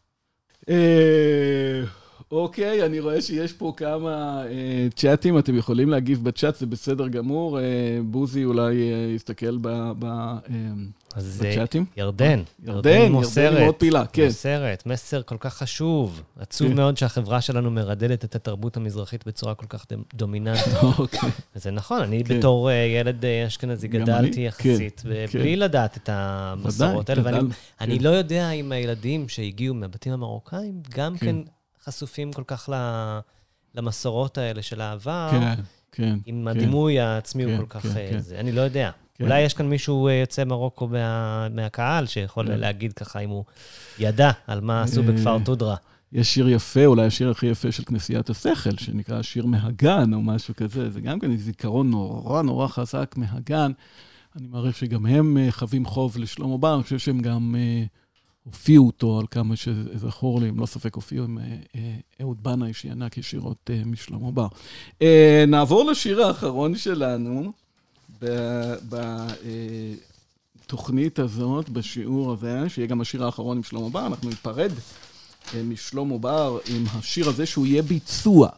אוקיי, אני רואה שיש פה כמה צ'אטים, אתם יכולים להגיב בצ'אט, זה בסדר גמור. בוזי אולי יסתכל בצ'אטים. ירדן, ירדן, ירדן מאוד פעילה, כן. מוסרת, מסר כל כך חשוב. עצוב מאוד שהחברה שלנו מרדדת את התרבות המזרחית בצורה כל כך דומיננטית. וזה נכון, אני בתור ילד אשכנזי גדלתי יחסית, בלי לדעת את המסורות האלה, ואני לא יודע אם הילדים שהגיעו מהבתים המרוקאים, גם כן חשופים כל כך למסורות האלה של העבר, כן, כן. עם הדימוי העצמי הוא כל כך זה. אני לא יודע. אולי יש כאן מישהו יוצא מרוקו מהקהל, שיכול להגיד ככה אם הוא ידע על מה עשו בכפר תודרה. יש שיר יפה, אולי השיר הכי יפה של כנסיית השכל, שנקרא שיר מהגן או משהו כזה. זה גם כן זיכרון נורא נורא חזק מהגן. אני מעריך שגם הם חווים חוב לשלמה בר, אני חושב שהם גם הופיעו אותו על כמה שזכור לי, אם לא ספק הופיעו עם אהוד בנאי, שינק ישירות משלמה בר. נעבור לשיר האחרון שלנו, בתוכנית הזאת, בשיעור הזה, שיהיה גם השיר האחרון עם שלמה בר, אנחנו ניפרד משלמה בר עם השיר הזה שהוא יהיה ביצוע.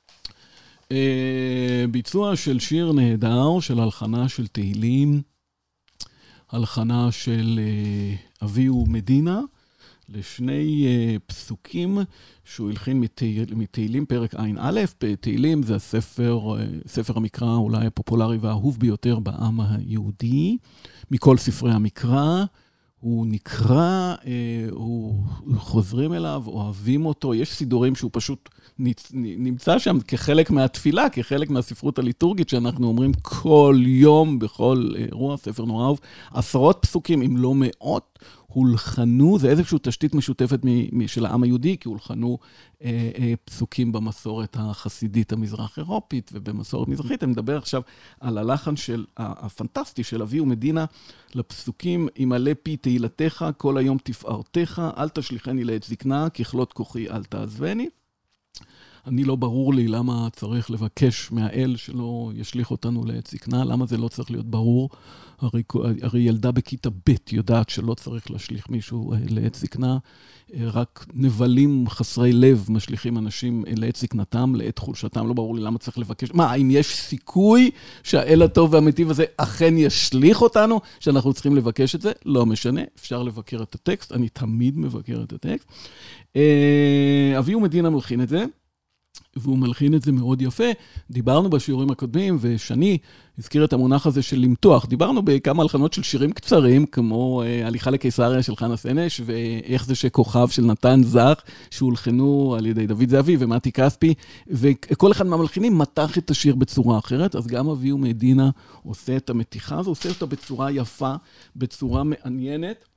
ביצוע של שיר נהדר, של הלחנה של תהילים, הלחנה של אביהו מדינה, לשני פסוקים שהוא הלחין מתהילים פרק עין א', תהילים זה הספר, ספר המקרא אולי הפופולרי והאהוב ביותר בעם היהודי, מכל ספרי המקרא, הוא נקרא, הוא חוזרים אליו, אוהבים אותו, יש סידורים שהוא פשוט נמצא שם כחלק מהתפילה, כחלק מהספרות הליטורגית שאנחנו אומרים כל יום, בכל אירוע, ספר נורא אהוב, עשרות פסוקים, אם לא מאות, הולחנו, זה איזושהי תשתית משותפת של העם היהודי, כי הולחנו אה, אה, פסוקים במסורת החסידית המזרח אירופית, ובמסורת מזרחית, אני מדבר עכשיו על הלחן של, הפנטסטי של אבי ומדינה, לפסוקים, ימלא פי תהילתך, כל היום תפארתך, אל תשליחני לעת זקנה, ככלות כוחי אל תעזבני. אני לא ברור לי למה צריך לבקש מהאל שלא ישליך אותנו לעת זקנה, למה זה לא צריך להיות ברור. הרי, הרי ילדה בכיתה ב' יודעת שלא צריך להשליך מישהו לעת זקנה, רק נבלים חסרי לב משליכים אנשים לעת זקנתם, לעת חולשתם, לא ברור לי למה צריך לבקש. מה, האם יש סיכוי שהאל הטוב והמטיב הזה אכן ישליך אותנו, שאנחנו צריכים לבקש את זה? לא משנה, אפשר לבקר את הטקסט, אני תמיד מבקר את הטקסט. אבי ומדינה מלחין את זה, והוא מלחין את זה מאוד יפה. דיברנו בשיעורים הקודמים, ושני הזכיר את המונח הזה של למתוח. דיברנו בכמה הלחנות של שירים קצרים, כמו אה, הליכה לקיסריה של חנה סנש, ואיך זה שכוכב של נתן זך, שהולחנו על ידי דוד זהבי ומתי כספי, וכל אחד מהמלחינים מתח את השיר בצורה אחרת, אז גם אבי ומדינה עושה את המתיחה, זה עושה אותה בצורה יפה, בצורה מעניינת.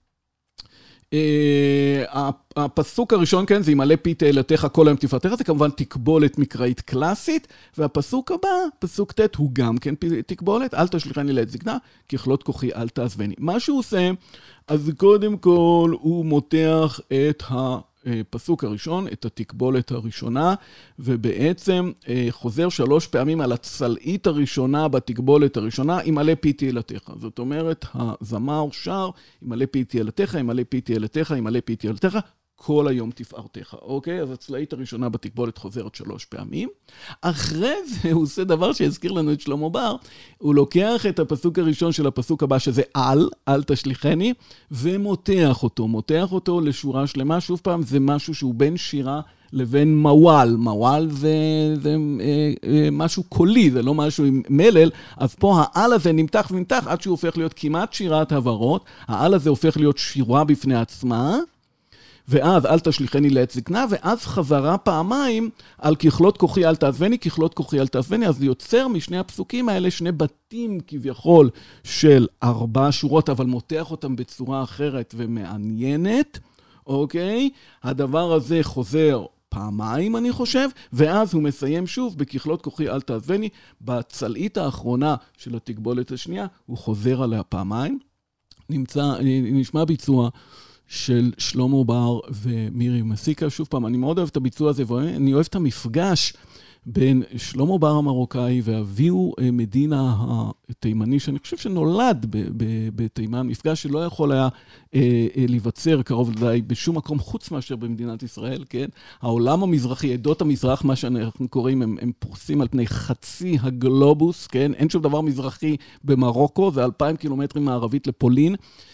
Uh, הפסוק הראשון, כן, זה ימלא פי תהילתך כל היום תפארתך, זה כמובן תקבולת מקראית קלאסית, והפסוק הבא, פסוק ט' הוא גם כן תקבולת, אל תשליחני לעת זקנה, ככלות כוחי אל תעזבני. מה שהוא עושה, אז קודם כל הוא מותח את הפסוק הראשון, את התקבולת הראשונה, ובעצם uh, חוזר שלוש פעמים על הצלעית הראשונה בתקבולת הראשונה, ימלא פי תהילתך. זאת אומרת, הזמר שר, ימלא פי תהילתך, ימלא פי תהילתך, ימלא פי תהילתך, כל היום תפארתך, אוקיי? אז הצלעית הראשונה בתקבולת חוזרת שלוש פעמים. אחרי זה הוא עושה דבר שהזכיר לנו את שלמה בר, הוא לוקח את הפסוק הראשון של הפסוק הבא, שזה על, אל תשליחני, ומותח אותו, מותח אותו לשורה שלמה. שוב פעם, זה משהו שהוא בין שירה לבין מוואל. מוואל זה, זה אה, אה, משהו קולי, זה לא משהו עם מלל, אז פה העל הזה נמתח ונמתח עד שהוא הופך להיות כמעט שירת הברות. העל הזה הופך להיות שירה בפני עצמה, ואז אל תשליחני לעת זקנה, ואז חזרה פעמיים על ככלות כוחי אל תעזבני, ככלות כוחי אל תעזבני, אז זה יוצר משני הפסוקים האלה שני בתים כביכול של ארבע שורות, אבל מותח אותם בצורה אחרת ומעניינת, אוקיי? הדבר הזה חוזר פעמיים, אני חושב, ואז הוא מסיים שוב בככלות כוחי אל תעזבני, בצלעית האחרונה של התקבולת השנייה, הוא חוזר עליה פעמיים, נמצא, נשמע ביצוע של שלמה בר ומירי מסיקה. שוב פעם, אני מאוד אוהב את הביצוע הזה, ואני אוהב את המפגש בין שלמה בר המרוקאי ואביהו מדינה התימני, שאני חושב שנולד בתימן, מפגש שלא יכול היה להיווצר קרוב לדי בשום מקום חוץ מאשר במדינת ישראל, כן? העולם המזרחי, עדות המזרח, מה שאנחנו קוראים, הם, הם פורסים על פני חצי הגלובוס, כן? אין שום דבר מזרחי במרוקו, זה אלפיים קילומטרים מערבית לפולין,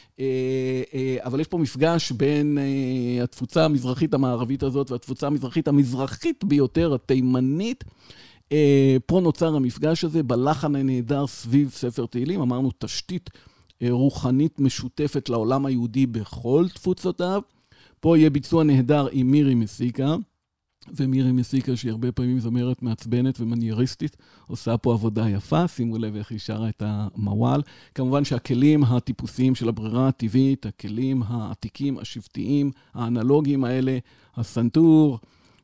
אבל יש פה מפגש בין התפוצה המזרחית המערבית הזאת והתפוצה המזרחית המזרחית ביותר, התימנית. פה נוצר המפגש הזה בלחן הנהדר סביב ספר תהילים. אמרנו תשתית רוחנית משותפת לעולם היהודי בכל תפוצותיו. פה יהיה ביצוע נהדר עם מירי מסיקה, ומירי מסיקה שהיא הרבה פעמים זמרת מעצבנת ומנייריסטית, עושה פה עבודה יפה. שימו לב איך היא שרה את המוואל. כמובן שהכלים הטיפוסיים של הברירה הטבעית, הכלים העתיקים, השבטיים, האנלוגיים האלה, הסנטור,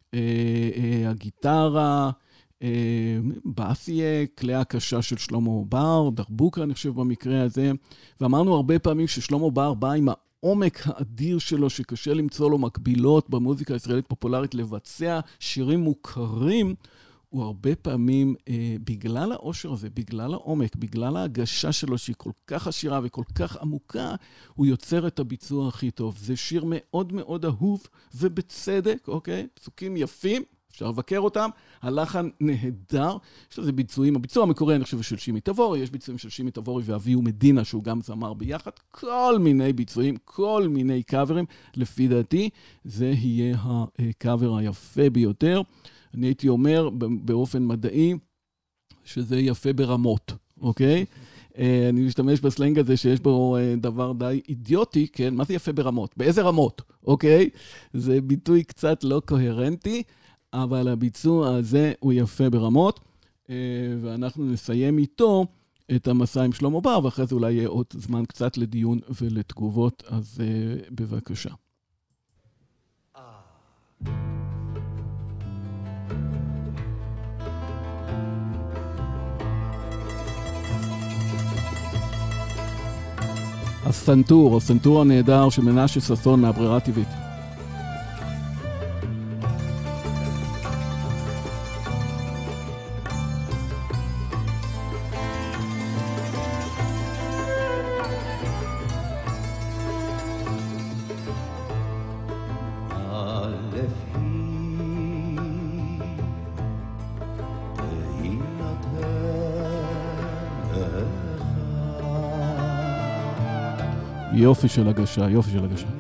הגיטרה, באסיה, כלי הקשה של שלמה בר, דרבוקה אני חושב במקרה הזה, ואמרנו הרבה פעמים ששלמה בר בא עם העומק האדיר שלו, שקשה למצוא לו מקבילות במוזיקה הישראלית פופולרית, לבצע שירים מוכרים, הוא הרבה פעמים, אה, בגלל העושר הזה, בגלל העומק, בגלל ההגשה שלו שהיא כל כך עשירה וכל כך עמוקה, הוא יוצר את הביצוע הכי טוב. זה שיר מאוד מאוד אהוב, ובצדק, אוקיי? פסוקים יפים, אפשר לבקר אותם, הלחן נהדר, יש לזה ביצועים, הביצוע המקורי אני חושב של שימי תבורי, יש ביצועים של שימי תבורי ואביהו מדינה שהוא גם זמר ביחד, כל מיני ביצועים, כל מיני קאברים, לפי דעתי זה יהיה הקאבר היפה ביותר. אני הייתי אומר באופן מדעי שזה יפה ברמות, אוקיי? אני משתמש בסלנג הזה שיש בו דבר די אידיוטי, כן? מה זה יפה ברמות? באיזה רמות, אוקיי? זה ביטוי קצת לא קוהרנטי, אבל הביצוע הזה הוא יפה ברמות, ואנחנו נסיים איתו את המסע עם שלמה בר, ואחרי זה אולי יהיה עוד זמן קצת לדיון ולתגובות, אז בבקשה. הסנטור, הסנטור הנהדר של מנשה ששון מהברירה טבעית. יופי של הגשה, יופי של הגשה.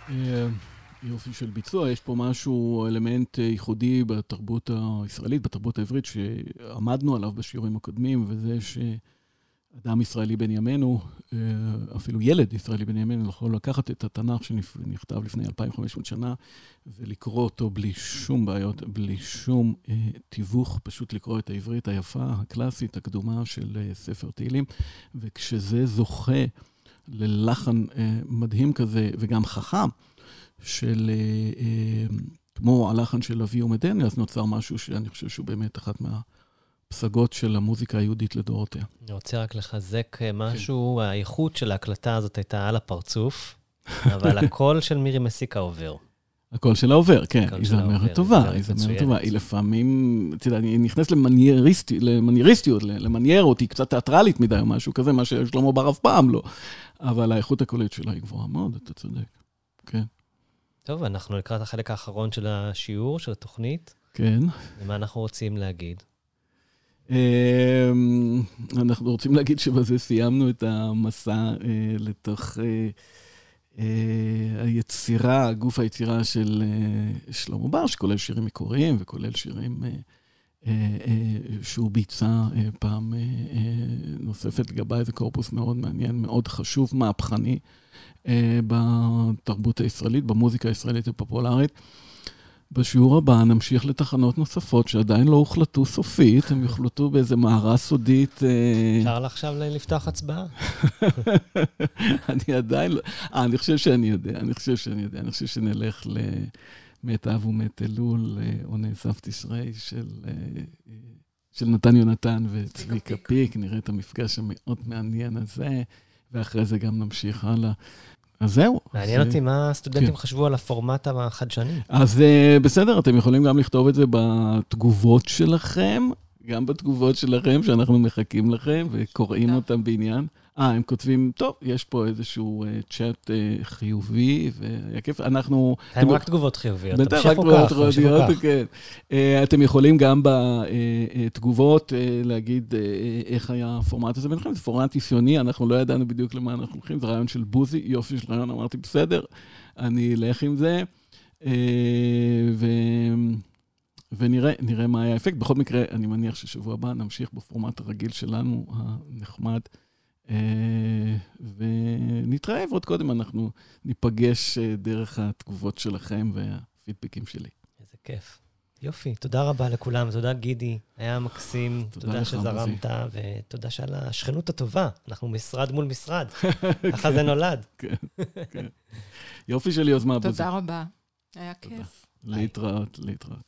יופי של ביצוע, יש פה משהו, אלמנט ייחודי בתרבות הישראלית, בתרבות העברית, שעמדנו עליו בשיעורים הקודמים, וזה שאדם ישראלי בן ימינו, אפילו ילד ישראלי בן ימינו, יכול לקחת את התנ"ך שנכתב לפני אלפיים וחמש מאות שנה, ולקרוא אותו בלי שום בעיות, בלי שום אה, תיווך, פשוט לקרוא את העברית היפה, הקלאסית, הקדומה של אה, ספר תהילים, וכשזה זוכה ללחן אה, מדהים כזה, וגם חכם, של, אה, אה, כמו הלחן של אבי ומדני, אז נוצר משהו שאני חושב שהוא באמת אחת מהפסגות של המוזיקה היהודית לדורותיה. אני רוצה רק לחזק משהו, כן. האיכות של ההקלטה הזאת הייתה על הפרצוף, אבל הקול של מירי מסיקה עובר. הקול שלה עובר, כן, היא זמרת טובה, היא זמרת טובה, היא לפעמים, תדע, אני נכנס למנייריסטיות, למניירות, היא קצת תיאטרלית מדי או משהו כזה, מה ששלמה בר אף פעם לא, אבל האיכות הקולית שלה היא גבוהה מאוד, אתה צודק, כן. טוב, אנחנו לקראת החלק האחרון של השיעור, של התוכנית. כן. ומה אנחנו רוצים להגיד? אנחנו רוצים להגיד שבזה סיימנו את המסע לתוך היצירה, גוף היצירה של שלמה בר, שכולל שירים מקוריים וכולל שירים שהוא ביצע פעם נוספת לגבי איזה קורפוס מאוד מעניין, מאוד חשוב, מהפכני בתרבות הישראלית, במוזיקה הישראלית הפופולרית. בשיעור הבא נמשיך לתחנות נוספות שעדיין לא הוחלטו סופית, הם יוחלטו באיזה מערה סודית. אפשר עכשיו לפתוח הצבעה? אני עדיין לא, אה, אני חושב שאני יודע, אני חושב שאני יודע, אני חושב שנלך למת אב ומת אלול, או נאסף תשרי של, של נתן יונתן וצביקה פיק, נראה את המפגש המאוד מעניין הזה, ואחרי זה גם נמשיך הלאה. אז זהו. מעניין אותי מה הסטודנטים חשבו על הפורמט החדשני. אז בסדר, אתם יכולים גם לכתוב את זה בתגובות שלכם, גם בתגובות שלכם, שאנחנו מחכים לכם וקוראים אותם בעניין. אה, הם כותבים, טוב, יש פה איזשהו צ'אט חיובי, והיה כיף, אנחנו... הם רק תגובות חיוביות, תמשיכו כך, תמשיכו כך. אתם יכולים גם בתגובות להגיד איך היה הפורמט הזה ביניכם, זה פורמט ניסיוני, אנחנו לא ידענו בדיוק למה אנחנו הולכים, זה רעיון של בוזי, יופי של רעיון, אמרתי, בסדר, אני אלך עם זה, ו... ונראה, נראה מה היה האפקט. בכל מקרה, אני מניח ששבוע הבא נמשיך בפורמט הרגיל שלנו, הנחמד, ונתראה, ועוד קודם אנחנו ניפגש דרך התגובות שלכם והפידבקים שלי. איזה כיף. יופי, תודה רבה לכולם, תודה גידי, היה מקסים, תודה, תודה שזרמת, ותודה שעל השכנות הטובה, אנחנו משרד מול משרד, ככה זה נולד. כן, כן. יופי של יוזמה. תודה רבה, היה כיף. להתראות, להתראות.